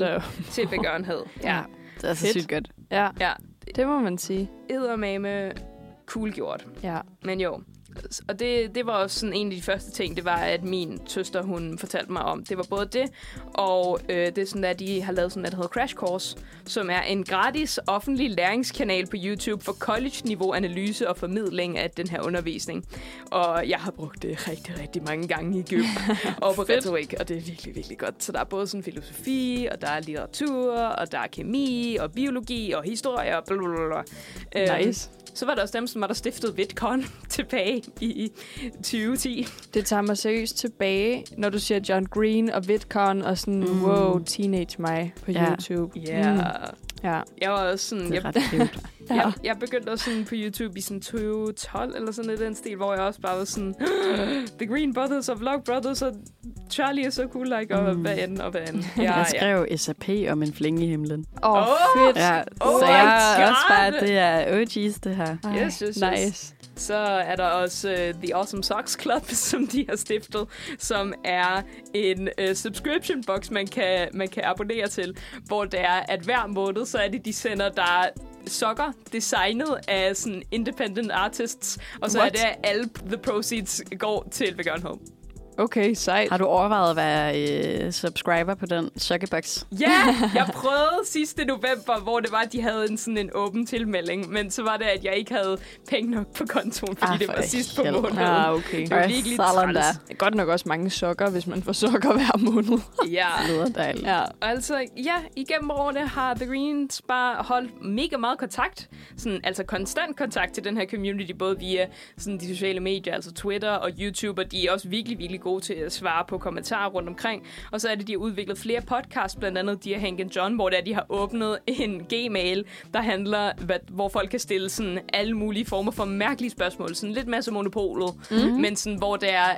til velgørenhed. Ja. Det er så sygt godt. Ja, det må man sige. Eddermame cool gjort. Ja. Men jo. Og det var også sådan en af de første ting, det var, at min søster, hun fortalte mig om. Det var både det, og det er sådan, at de har lavet sådan, der hedder Crash Course, som er en gratis offentlig læringskanal på YouTube for college-niveau analyse og formidling af den her undervisning. Og jeg har brugt det rigtig, rigtig mange gange i gym og på retorik, og det er virkelig, virkelig godt. Så der er både sådan filosofi, og der er litteratur, og der er kemi, og biologi, og historie, og blablabla. Nice. Så var der også dem, som var der stiftet VidCon tilbage i 2010. Det tager mig seriøst tilbage, når du siger John Green og VidCon og sådan, wow, teenage mig på YouTube. Ja. Ja. Jeg var også sådan... Det er ret cute. Jeg begyndte også sådan på YouTube i sådan 2012 eller sådan i den stil, hvor jeg også bare var sådan The Green Brothers og Vlog Brothers og Charlie er så cool, like, og hvad end. Jeg skrev SAP om en flænge i himlen. Fedt. Ja, Oh så my jeg er God. også bare, det er OG's, det her. Yes. Nice. Så er der også The Awesome Socks Club, som de har stiftet, som er en subscription box, man kan abonnere til, hvor det er, at hver måned, så er det, de sender der sokker designet af sådan independent artists, og så er det, at alle the proceeds går til velgørenhed. Okay, sejt. Har du overvejet at være subscriber på den sokkeboks? Ja, jeg prøvede sidste november, hvor det var, at de havde en åben tilmelding, men så var det, at jeg ikke havde penge nok på kontoen, fordi det var sidst på måneden. Okay. Det var virkelig træls. Det er godt nok også mange sokker, hvis man får sokker hver måned. Ja. Det lyder dejligt. Ja. Altså, igennem årene har The Greens bare holdt mega meget kontakt. Altså konstant kontakt til den her community, både via sådan de sociale medier, altså Twitter og YouTube, og de er også virkelig, virkelig gode til at svare på kommentarer rundt omkring. Og så er det, de har udviklet flere podcasts, blandt andet de her Hank and John, hvor de har åbnet en gmail, der handler, hvor folk kan stille sådan alle mulige former for mærkelige spørgsmål. Sådan lidt mere som Monopolet, men sådan, hvor det er,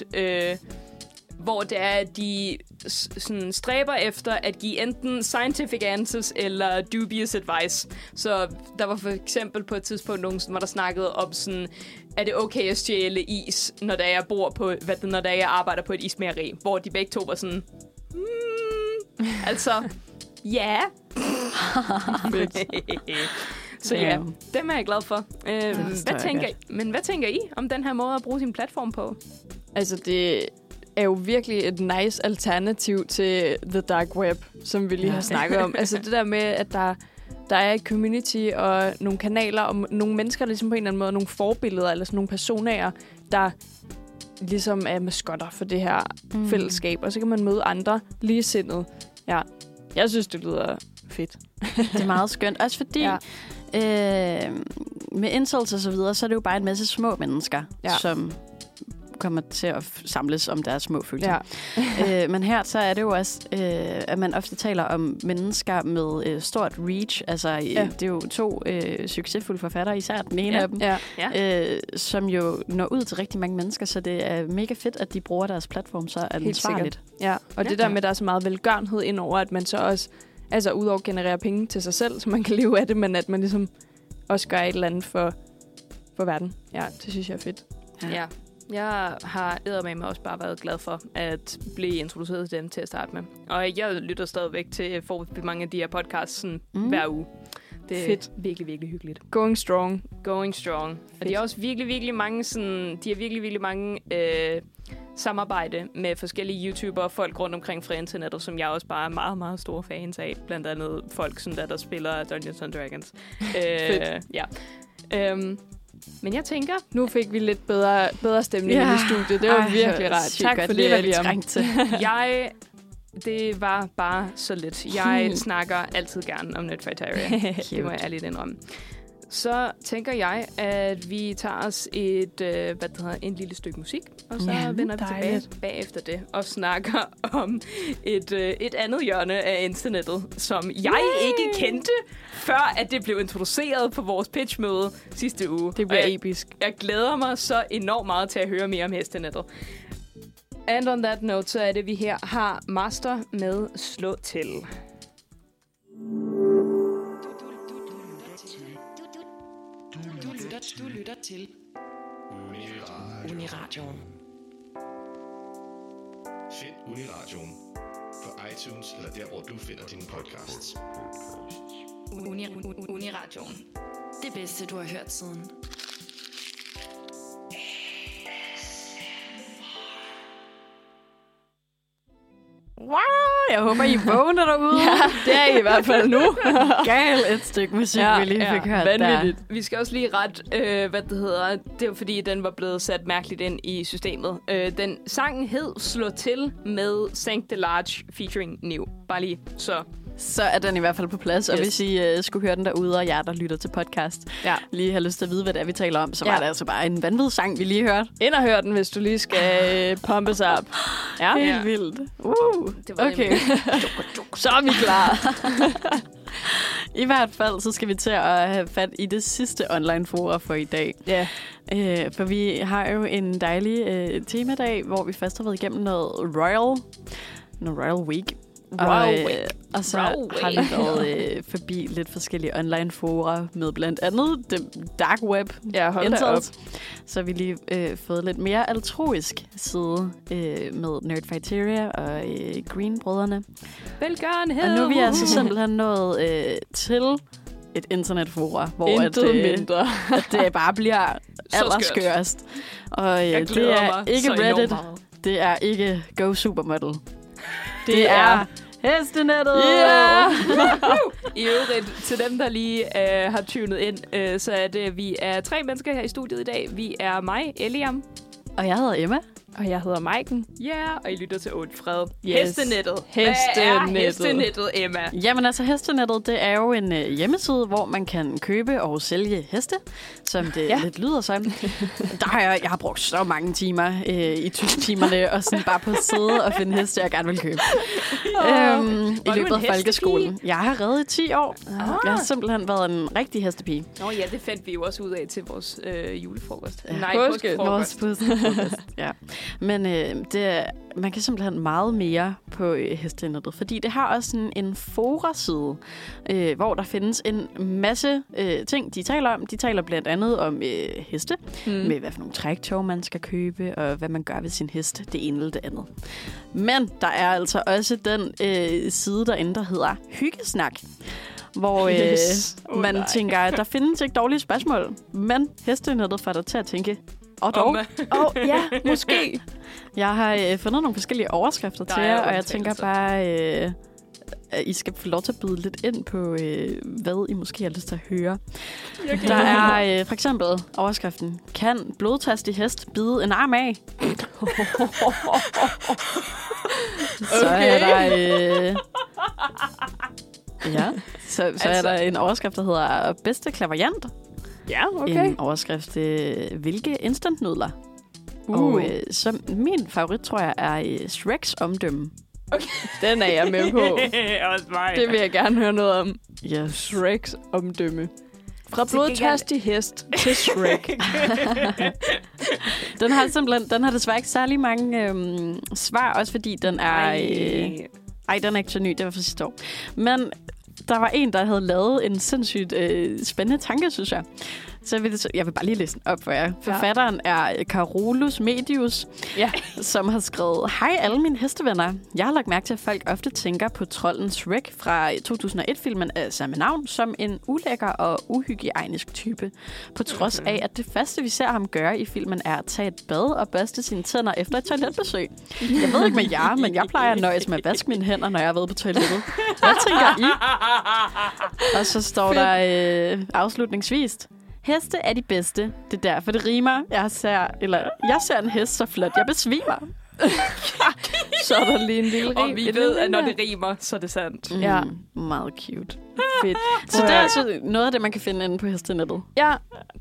at de sådan stræber efter at give enten scientific answers eller dubious advice. Så der var for eksempel på et tidspunkt nogen, hvor der snakkede om sådan, er det okay at stjæle is, når jeg arbejder på et ismejeri, hvor de begge to var sådan, altså, ja. Så ja, dem er jeg glad for. Hvad tænker I om den her måde at bruge sin platform på? Altså, det er jo virkelig et nice alternativ til The Dark Web, som vi lige har snakket om. Altså det der med, at der er et community og nogle kanaler og nogle mennesker, der ligesom på en eller anden måde, nogle forbilleder eller sådan nogle personer, der ligesom er maskotter for det her fællesskab. Og så kan man møde andre ligesindede. Ja, jeg synes, det lyder fedt. Det er meget skønt. Også fordi med incels og så videre, så er det jo bare en masse små mennesker, som kommer til at samles om deres små følelser. Ja. Men her så er det jo også, at man ofte taler om mennesker med stort reach. Altså, det er jo 2 succesfulde forfattere, især den ene af dem, som jo når ud til rigtig mange mennesker, så det er mega fedt, at de bruger deres platform så ansvarligt. Ja, og det der med, at der er så meget velgørenhed indover, at man så også, altså udover at generere penge til sig selv, så man kan leve af det, men at man ligesom også gør et eller andet for verden. Ja, det synes jeg er fedt. Ja. Jeg har eddermame også bare været glad for at blive introduceret til dem til at starte med. Og jeg lytter stadigvæk til mange af de her podcasts sådan, hver uge. Det er fedt. Virkelig, virkelig hyggeligt. Going strong. Going strong. Fedt. Og de har også virkelig, virkelig mange sådan, virkelig mange samarbejde med forskellige YouTubere og folk rundt omkring fra internettet, som jeg også bare er meget, meget store fans af. Blandt andet folk, sådan der spiller Dungeons & Dragons. Fedt. Ja. Men jeg tænker... Nu fik vi lidt bedre stemning i studiet. Det var virkelig rart. Tak for det, Liam. Det var bare så lidt. Jeg snakker altid gerne om Nerdfighteria. Det må jeg ærligt indrømme. Så tænker jeg, at vi tager os en lille stykke musik, og så vender vi tilbage bagefter det og snakker om et andet hjørne af internettet, som jeg ikke kendte, før at det blev introduceret på vores pitchmøde sidste uge. Det bliver episk. Jeg glæder mig så enormt meget til at høre mere om hestenettet. And on that note, så er det, vi her har Master med Slå Til. Du lytter til Uniradioen. Find Uniradioen på iTunes eller der, hvor du finder dine podcasts. Uniradioen. Det bedste, du har hørt siden. Wow, jeg håber, I vågner derude. Ja, det er I hvert fald nu. Galt et stykke musik, vi lige fik hørt vanvittigt. der. Vi skal også lige det var fordi, den var blevet sat mærkeligt ind i systemet. Den sangen hed Slå Til med Sank the Large featuring New. Bare lige så er den i hvert fald på plads. Yes. Og hvis I skulle høre den derude, og jer, der lytter til podcast, lige har lyst til at vide, hvad det er, vi taler om, så var det altså bare en vanvittig sang, vi lige hørte. Ind og hør den, hvis du lige skal pumpes op. Ja. Helt vildt. Det var okay. Så er vi klar. I hvert fald, så skal vi til at have fat i det sidste online-forum for i dag. Ja. For vi har jo en dejlig temadag, hvor vi først har været igennem noget Royal Week. Og så har vi været forbi lidt forskellige online-fora med blandt andet det dark web. Ja, hold da op. Så har vi lige fået lidt mere altruisk side med Nerdfighteria og Green-brødrene. Velgørenhed! Og nu er vi altså simpelthen nået til et internetfora, hvor at det bare bliver allerskørest. Og det er ikke Reddit, det er ikke Go Supermodel. Det er hestenettet! Yeah! I øvrigt, til dem, der lige har tunet ind, så er det, vi er 3 mennesker her i studiet i dag. Vi er mig, Eliam. Og jeg hedder Emma. Og jeg hedder Maiken. Ja, og I lytter til Fred. Yes. Hestenettet. Hvad er hestenettet, Emma? Jamen altså, hestenettet, det er jo en hjemmeside, hvor man kan købe og sælge heste, som det lidt lyder som. Der har jeg har brugt så mange timer i tysktimerne, og sådan bare på at sidde og finde heste, jeg gerne vil købe. I løbet af folkeskolen. Jeg har reddet 10 år. Jeg har simpelthen været en rigtig hestepige. Ja, det fandt vi jo også ud af til vores julefrokost. Ja. Nej, påskefrokost. Ja. Men man kan simpelthen meget mere på hestenettet, fordi det har også en foraside, hvor der findes en masse ting, de taler om. De taler blandt andet om heste, med hvad for nogle træktøj man skal købe, og hvad man gør ved sin hest, det ene eller det andet. Men der er altså også den side derinde, der hedder Hyggesnak. hvor man nej. tænker, at der findes ikke dårlige spørgsmål, men hestenettet får dig til at tænke, og dog. Ja, måske. Jeg har fundet nogle forskellige overskrifter til jer, og jeg tænker bare, at I skal få lov til at byde lidt ind på, hvad I måske har lyst til at høre. Der er for eksempel overskriften, kan blodtørstig hest bide en arm af? Så er der... Så altså, er der en overskrift, der hedder bedste klaverjant. Ja, okay. En overskrift, hvilke instantnudler? Og som min favorit, tror jeg, er Shreks omdømme. Okay. Den er jeg med på. Også mig. Det vil jeg gerne høre noget om. Yes. Shreks omdømme. Fra blodtørstig hest til Shrek. Den har desværre ikke særlig mange svar, også fordi den er... den er ikke så ny, det var fra sidste år. Men der var en, der havde lavet en sindssygt spændende tanke, synes jeg. Så jeg vil bare lige læse den op for jer. Forfatteren er Carolus Medius, som har skrevet: Hej alle mine hestevenner. Jeg har lagt mærke til, at folk ofte tænker på trolden Shrek fra 2001-filmen af samme navn som en ulækker og uhygiejnisk type. På trods af, at det første, vi ser ham gøre i filmen, er at tage et bad og børste sine tænder efter et toiletbesøg. Jeg ved ikke med jer, men jeg plejer at nøjes med at vaske mine hænder, når jeg har været på toilettet. Hvad tænker I? Og så står der afslutningsvis: Heste er de bedste. Det er derfor, det rimer. Jeg ser en hest så flot, jeg besvimer. Så er der lige en lille rim. Og vi ved, at når det rimer, så er det sandt. Ja. Meget cute. Fedt. Så det er altså noget af det, man kan finde inde på hestenettet. Ja,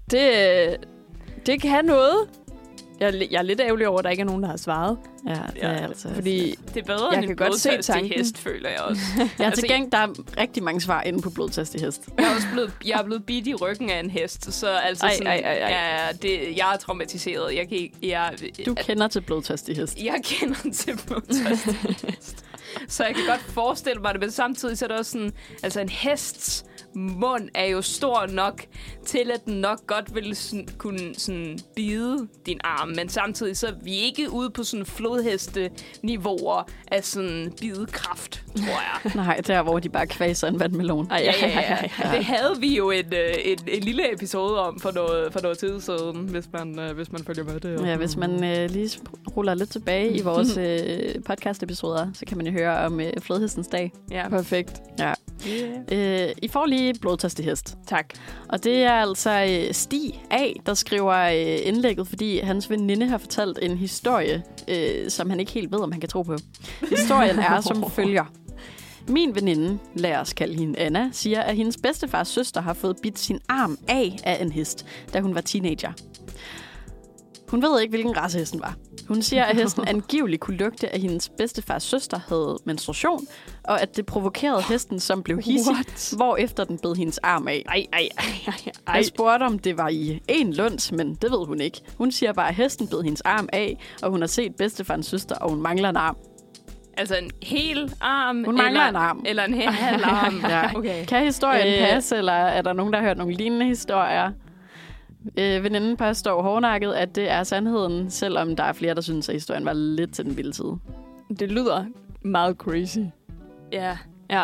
det kan noget. Jeg er lidt ærgerlig over, at der ikke er nogen, der har svaret. Ja, det er altså... Fordi det er bedre jeg end kan en godt se blodtørstig tanken. hest, føler jeg også. til gengæld, der er rigtig mange svar inde på blodtørstig hest. Jeg er blevet bidt i ryggen af en hest, så altså jeg er traumatiseret. Du kender til blodtørstig hest. Jeg kender til blodtørstig hest. Så jeg kan godt forestille mig det, men samtidig så er det også sådan, altså en hests mund er jo stor nok til, at den nok godt ville kunne sådan bide din arm, men samtidig så er vi ikke ude på sådan flodheste-niveauer af sådan bidekraft, tror jeg. Nej, der hvor de bare kvaser en vandmelon. Ja. Det havde vi jo en lille episode om for noget tid siden, hvis man følger med det. Ja, hvis man lige ruller lidt tilbage i vores podcast-episoder, så kan man jo høre om flodhestens dag. Ja, perfekt. Ja. I får lige blodtørstig hest. Tak. Og det er altså Stig A, der skriver indlægget, fordi hans veninde har fortalt en historie, som han ikke helt ved, om han kan tro på. Historien er som følger. Min veninde, lad os kalde hende Anna, siger, at hendes bedstefars søster har fået bidt sin arm af en hest, da hun var teenager. Hun ved ikke, hvilken race hesten var. Hun siger, at hesten angiveligt kunne lugte, at hendes bedstefars søster havde menstruation, og at det provokerede hesten, som blev hissig, hvorefter den bed hendes arm af. Jeg spurgte, om det var i en lunds, men det ved hun ikke. Hun siger bare, at hesten bed hendes arm af, og hun har set bedstefarens søster, og hun mangler en arm. Altså en hel arm? Hun mangler en arm. Eller en halv arm? Ja. Okay. Kan historien passe, eller er der nogen, der har hørt nogle lignende historier? Veninden påstår hårdnakket, at det er sandheden, selvom der er flere, der synes, at historien var lidt til den vilde side. Det lyder meget crazy. Ja.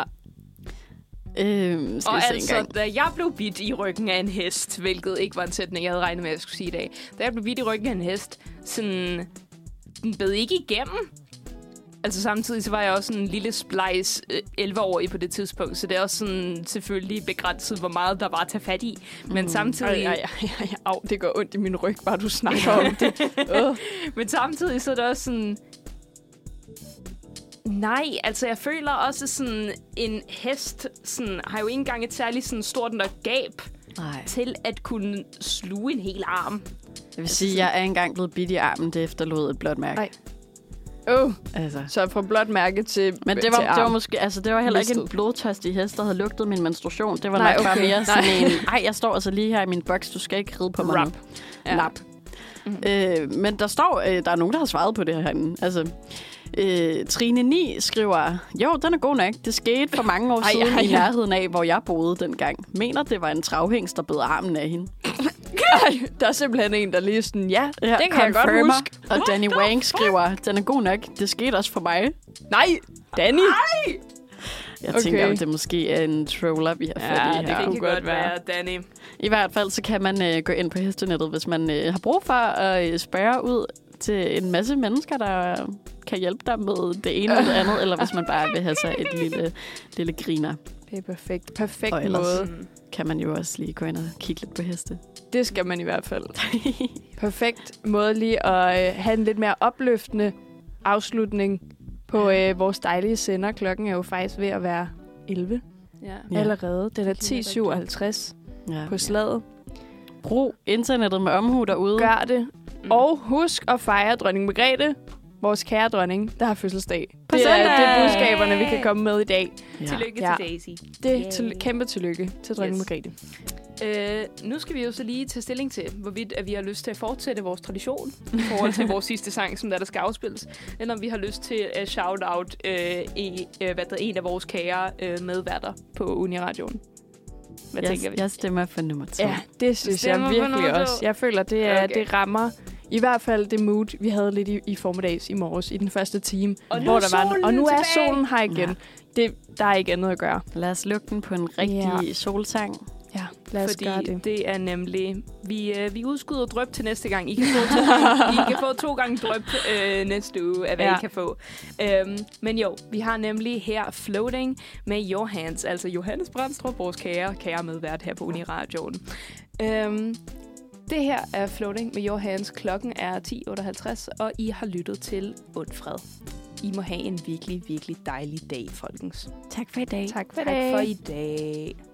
Og altså, da jeg blev bidt i ryggen af en hest, hvilket ikke var en sætning, jeg havde regnet med, at jeg skulle sige i dag. Da jeg blev bidt i ryggen af en hest, sådan, den bed ikke igennem. Altså samtidig så var jeg også en lille splice 11-årig på det tidspunkt, så det er også sådan selvfølgelig begrænset, hvor meget der var at tage fat i. Men samtidig... Au, det gør ondt i min ryg, bare du snakker om det. Men samtidig så er det også sådan... Nej, altså jeg føler også sådan, en hest sådan, har jo ikke engang et særligt sådan, stort nok gab til at kunne sluge en hel arm. Jeg vil sige, at jeg er engang blevet bidt i armen, det efterlod et blåt mærke. Altså. Så fra blåt mærke til men det var måske, altså det var heller ikke en blodtørstig hest, der havde lugtet min menstruation. Det var nok bare mere sådan en, jeg står altså lige her i min boks, du skal ikke ride på mig nu. Lap. Mm-hmm. Men der står, der er nogen, der har svaret på det herinde. Altså, Trine 9 skriver, jo, den er god nok. Det skete for mange år siden i nærheden af, hvor jeg boede dengang. Mener, det var en travhængst, der bed armen af hende. Der er simpelthen en, der lige sådan, det kan jeg godt huske. Og Danny Wang skriver, den er god nok. Det skete også for mig. Nej, Danny! Jeg tænker, om det måske er en troller, vi har fat i det her. kan kunne godt godt være. være, Danny. I hvert fald så kan man gå ind på Hestenettet, hvis man har brug for at spørge ud til en masse mennesker, der kan hjælpe dig med det ene eller det andet, eller hvis man bare vil have sig et lille griner. Det er perfekt. Perfekt Og ellers måde. kan man jo også lige gå ind og kigge lidt på heste. Det skal man i hvert fald. Perfekt måde lige at have en lidt mere opløftende afslutning på vores dejlige sender. Klokken er jo faktisk ved at være 11 Ja. allerede. Den er 10:57 Ja. på slaget. Brug internettet med omhu derude. Gør det. Og husk at fejre dronning Margrethe, vores kære dronning, der har fødselsdag. På Det er søndag! budskaberne, vi kan komme med i dag. Ja. Tillykke Ja. til Daisy. Kæmpe tillykke til dronning Yes. Margrethe. Nu skal vi jo så lige tage stilling til, hvorvidt at vi har lyst til at fortsætte vores tradition i forhold til vores sidste sang, som der skal afspilles, eller om vi har lyst til at shout-out en af vores kære medværter på Uniradioen. Hvad tænker vi? Jeg stemmer for nummer 2. Ja, det synes Stemmer jeg for nummer virkelig to. også. Jeg føler, det Okay. rammer i hvert fald det mood, vi havde lidt i formiddags i morges, i den første time. Og nu hvor er der var solen og nu er tilbage. solen her igen. Ja. Der er ikke andet at gøre. Lad os lukke den på en rigtig solsang. Ja, lad os gøre Fordi det. det er nemlig... Vi udskyder drøb til næste gang. I kan få 2 gange drøb næste uge, af hvad I kan få. Men jo, vi har nemlig her Floating med Your Hands, altså Johannes Brandstrup, vores kære medvært her på Uniradioen. Det her er Floating med Your Hands. Klokken er 10:58, og I har lyttet til Undfred. I må have en virkelig, virkelig dejlig dag, folkens. Tak for i dag. Tak for Tak for i dag.